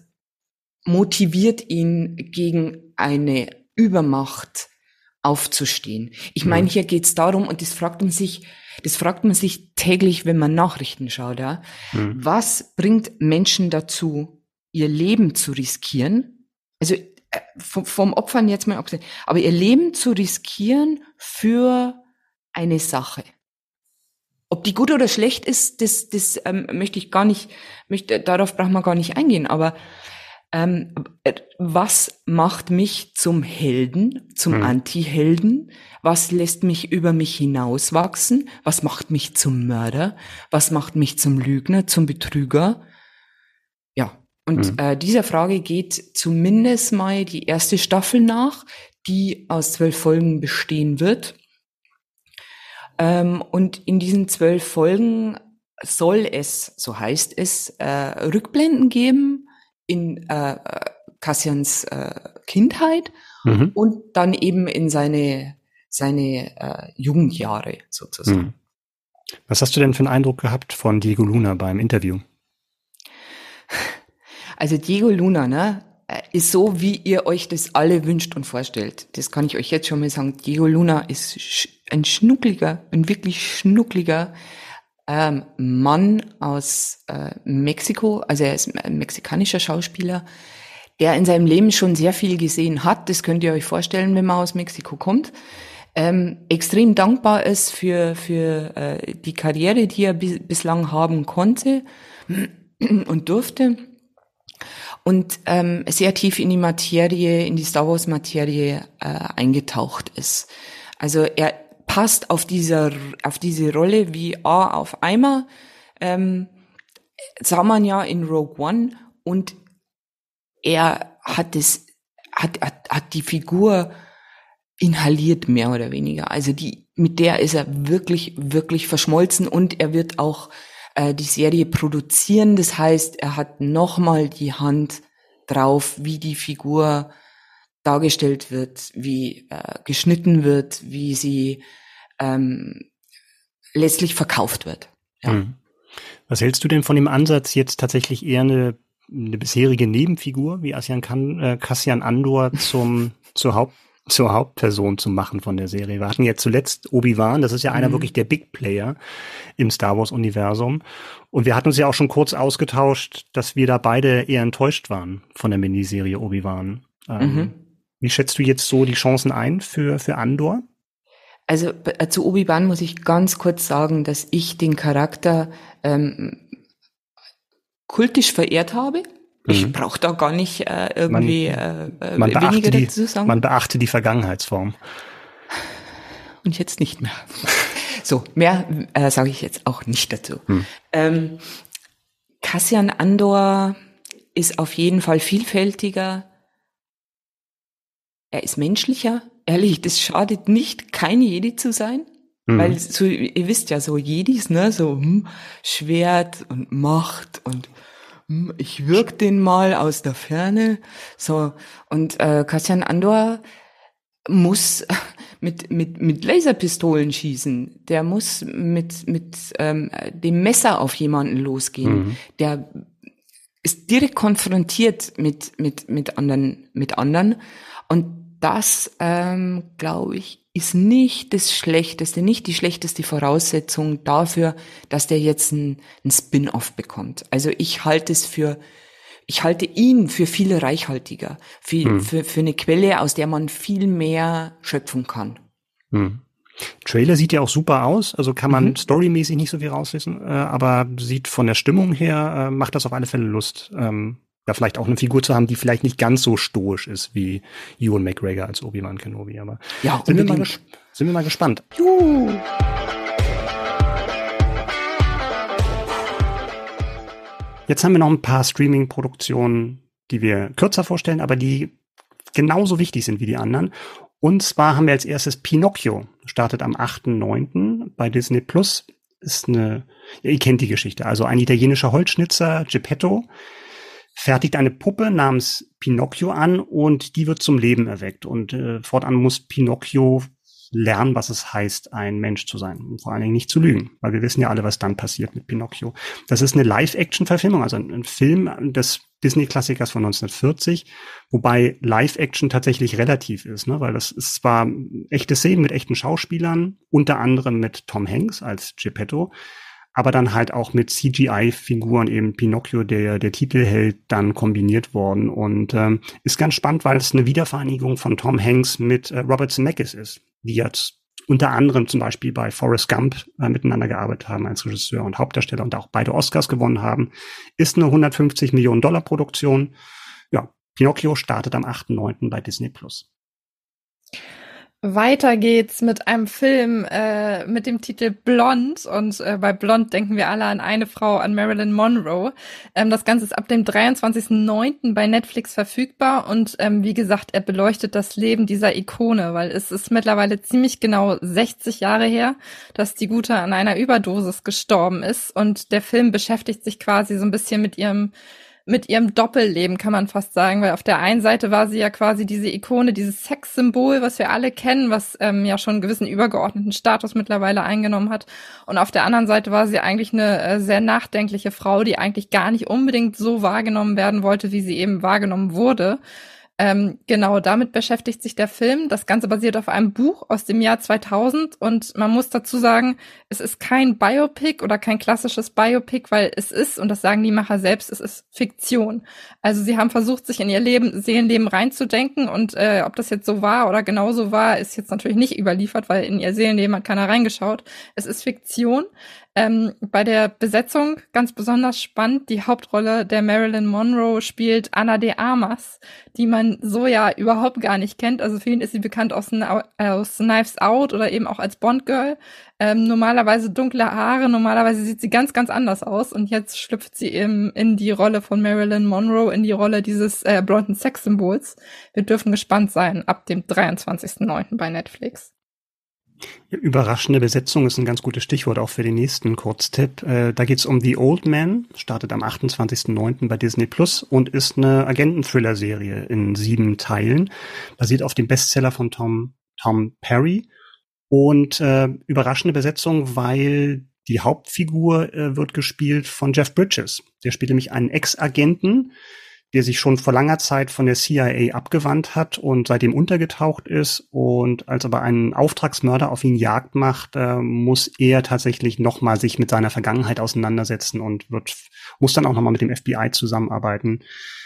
motiviert ihn, gegen eine Übermacht aufzustehen? Ich meine, Mhm. hier geht's darum, und das fragt man sich, das fragt man sich täglich, wenn man Nachrichten schaut, ja. Mhm. Was bringt Menschen dazu, ihr Leben zu riskieren? Also äh, vom, vom Opfern jetzt mal abgesehen, aber ihr Leben zu riskieren für eine Sache. Ob die gut oder schlecht ist, das, das ähm, möchte ich gar nicht, möchte, darauf braucht man gar nicht eingehen. Aber ähm, äh, was macht mich zum Helden, zum Mhm. Anti-Helden? Was lässt mich über mich hinauswachsen? Was macht mich zum Mörder? Was macht mich zum Lügner, zum Betrüger? Ja, und Mhm. äh, dieser Frage geht zumindest mal die erste Staffel nach, die aus zwölf Folgen bestehen wird. Ähm, und in diesen zwölf Folgen soll es, so heißt es, äh, Rückblenden geben in äh, Cassians äh, Kindheit Mhm. und dann eben in seine seine äh, Jugendjahre sozusagen. Mhm. Was hast du denn für einen Eindruck gehabt von Diego Luna beim Interview? Also Diego Luna, ne, äh, ist so, wie ihr euch das alle wünscht und vorstellt. Das kann ich euch jetzt schon mal sagen. Diego Luna ist sch- ein schnuckliger, ein wirklich schnuckliger ähm, Mann aus äh, Mexiko. Also er ist ein mexikanischer Schauspieler, der in seinem Leben schon sehr viel gesehen hat. Das könnt ihr euch vorstellen, wenn man aus Mexiko kommt. Ähm, extrem dankbar ist für für äh, die Karriere, die er bis, bislang haben konnte und durfte. Und ähm, sehr tief in die Materie, in die Star Wars Materie äh, eingetaucht ist. Also er passt auf dieser, auf diese Rolle wie A auf Eimer, ähm, sah man ja in Rogue One, und er hat es, hat, hat, hat die Figur inhaliert, mehr oder weniger. Also die, mit der ist er wirklich, wirklich verschmolzen, und er wird auch äh, die Serie produzieren. Das heißt, er hat nochmal die Hand drauf, wie die Figur dargestellt wird, wie äh, geschnitten wird, wie sie ähm, letztlich verkauft wird. Ja. Mhm. Was hältst du denn von dem Ansatz, jetzt tatsächlich eher eine, eine bisherige Nebenfigur wie Asian Kan, äh, Cassian Andor zum zur Haupt zur Hauptperson zu machen von der Serie? Wir hatten jetzt zuletzt Obi-Wan, das ist ja einer Mhm. wirklich der Big Player im Star Wars Universum. Und wir hatten uns ja auch schon kurz ausgetauscht, dass wir da beide eher enttäuscht waren von der Miniserie Obi-Wan. Ähm, Mhm. Wie schätzt du jetzt so die Chancen ein für, für Andor? Also äh, zu Obi-Wan muss ich ganz kurz sagen, dass ich den Charakter ähm, kultisch verehrt habe. Ich Mhm. brauche da gar nicht äh, irgendwie Man- äh, äh, Man beachte, weniger die, dazu sagen. man beachte die Vergangenheitsform. Und jetzt nicht mehr. So, mehr äh, sage ich jetzt auch nicht dazu. Hm. Ähm, Cassian Andor ist auf jeden Fall vielfältiger. Er ist menschlicher. Ehrlich, das schadet nicht, kein Jedi zu sein. Mhm. Weil so, ihr wisst ja, so Jedis, ne, so hm, Schwert und Macht und hm, ich wirk den mal aus der Ferne. So, und äh, Cassian Andor muss mit mit mit Laserpistolen schießen. Der muss mit mit ähm, dem Messer auf jemanden losgehen. Mhm. Der ist direkt konfrontiert mit mit mit anderen mit anderen und das, ähm, glaube ich, ist nicht das Schlechteste, nicht die schlechteste Voraussetzung dafür, dass der jetzt ein, ein Spin-off bekommt. Also ich halte es für, ich halte ihn für viel reichhaltiger, für, hm. für, für eine Quelle, aus der man viel mehr schöpfen kann. Hm. Trailer sieht ja auch super aus, also kann man mhm. storymäßig nicht so viel rauslesen, äh, aber sieht von der Stimmung her, äh, macht das auf alle Fälle Lust, ähm, da vielleicht auch eine Figur zu haben, die vielleicht nicht ganz so stoisch ist wie Ewan McGregor als Obi-Wan Kenobi, aber ja, sind, wir mal, sind wir mal gespannt. Juhu. Jetzt haben wir noch ein paar Streaming-Produktionen, die wir kürzer vorstellen, aber die genauso wichtig sind wie die anderen. Und zwar haben wir als erstes Pinocchio, startet am achten neunten bei Disney Plus. Ist eine, ja, ihr kennt die Geschichte, also ein italienischer Holzschnitzer, Geppetto, fertigt eine Puppe namens Pinocchio an und die wird zum Leben erweckt. Und äh, fortan muss Pinocchio lernen, was es heißt, ein Mensch zu sein und vor allen Dingen nicht zu lügen, weil wir wissen ja alle, was dann passiert mit Pinocchio. Das ist eine Live-Action-Verfilmung, also ein, ein Film des Disney-Klassikers von neunzehnhundertvierzig, wobei Live-Action tatsächlich relativ ist, ne? Weil das ist zwar echte Szenen mit echten Schauspielern, unter anderem mit Tom Hanks als Geppetto, aber dann halt auch mit C G I-Figuren, eben Pinocchio, der der Titelheld, dann kombiniert worden und ähm, ist ganz spannend, weil es eine Wiedervereinigung von Tom Hanks mit äh, Robert Zemeckis ist, die jetzt unter anderem zum Beispiel bei Forrest Gump äh, miteinander gearbeitet haben als Regisseur und Hauptdarsteller und auch beide Oscars gewonnen haben. Ist eine hundertfünfzig Millionen Dollar Produktion. Ja, Pinocchio startet am achten neunten bei Disney Plus. Weiter geht's mit einem Film äh, mit dem Titel Blond und äh, bei Blond denken wir alle an eine Frau, an Marilyn Monroe. Ähm, das Ganze ist ab dem dreiundzwanzigsten neunten bei Netflix verfügbar und ähm, wie gesagt, er beleuchtet das Leben dieser Ikone, weil es ist mittlerweile ziemlich genau sechzig Jahre her, dass die Gute an einer Überdosis gestorben ist und der Film beschäftigt sich quasi so ein bisschen mit ihrem mit ihrem Doppelleben, kann man fast sagen, weil auf der einen Seite war sie ja quasi diese Ikone, dieses Sexsymbol, was wir alle kennen, was ähm, ja schon einen gewissen übergeordneten Status mittlerweile eingenommen hat. Und auf der anderen Seite war sie eigentlich eine äh, sehr nachdenkliche Frau, die eigentlich gar nicht unbedingt so wahrgenommen werden wollte, wie sie eben wahrgenommen wurde. Ähm, genau, damit beschäftigt sich der Film. Das Ganze basiert auf einem Buch aus dem Jahr zweitausend und man muss dazu sagen, es ist kein Biopic oder kein klassisches Biopic, weil es ist, und das sagen die Macher selbst, es ist Fiktion. Also sie haben versucht, sich in ihr Leben, Seelenleben reinzudenken und äh, ob das jetzt so war oder genauso war, ist jetzt natürlich nicht überliefert, weil in ihr Seelenleben hat keiner reingeschaut. Es ist Fiktion. Ähm, bei der Besetzung ganz besonders spannend, die Hauptrolle der Marilyn Monroe spielt Ana de Armas, die man so ja überhaupt gar nicht kennt. Also vielen ist sie bekannt aus, aus Knives Out oder eben auch als Bond-Girl. Ähm, normalerweise dunkle Haare, normalerweise sieht sie ganz, ganz anders aus und jetzt schlüpft sie eben in die Rolle von Marilyn Monroe, in die Rolle dieses äh, blonden Sexsymbols. Wir dürfen gespannt sein ab dem dreiundzwanzigsten neunten bei Netflix. Überraschende Besetzung ist ein ganz gutes Stichwort auch für den nächsten Kurztipp. Äh, da geht's um The Old Man, startet am achtundzwanzigsten neunten bei Disney Plus und ist eine Agenten-Thriller-Serie in sieben Teilen, basiert auf dem Bestseller von Tom, Tom Perry und äh, überraschende Besetzung, weil die Hauptfigur äh, wird gespielt von Jeff Bridges. Der spielt nämlich einen Ex-Agenten, der sich schon vor langer Zeit von der C I A abgewandt hat und seitdem untergetaucht ist. Und als aber ein Auftragsmörder auf ihn Jagd macht, äh, muss er tatsächlich nochmal sich mit seiner Vergangenheit auseinandersetzen und wird muss dann auch nochmal mit dem F B I zusammenarbeiten.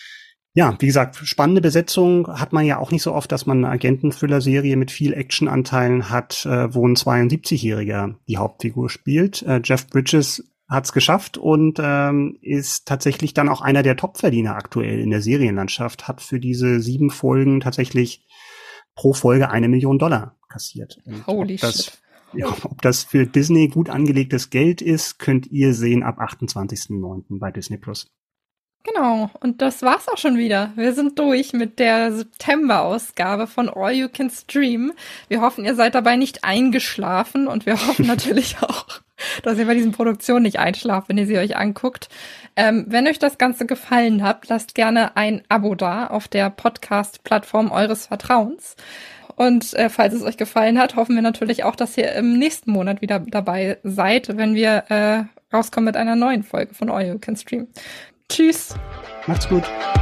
Ja, wie gesagt, spannende Besetzung hat man ja auch nicht so oft, dass man eine Agenten-Thriller-Serie mit viel Actionanteilen hat, äh, wo ein zweiundsiebzigjähriger die Hauptfigur spielt. Äh, Jeff Bridges hat's geschafft und ähm, ist tatsächlich dann auch einer der Topverdiener aktuell in der Serienlandschaft, hat für diese sieben Folgen tatsächlich pro Folge eine Million Dollar kassiert. Und Holy ob das, shit. Ja, ob das für Disney gut angelegtes Geld ist, könnt ihr sehen ab achtundzwanzigsten neunten bei Disney Plus. Genau, und das war's auch schon wieder. Wir sind durch mit der September-Ausgabe von All You Can Stream. Wir hoffen, ihr seid dabei nicht eingeschlafen und wir hoffen natürlich auch, dass ihr bei diesen Produktionen nicht einschlaft, wenn ihr sie euch anguckt. Ähm, wenn euch das Ganze gefallen hat, lasst gerne ein Abo da auf der Podcast-Plattform eures Vertrauens. Und äh, falls es euch gefallen hat, hoffen wir natürlich auch, dass ihr im nächsten Monat wieder dabei seid, wenn wir äh, rauskommen mit einer neuen Folge von All You Can Stream. Tschüss. Macht's gut.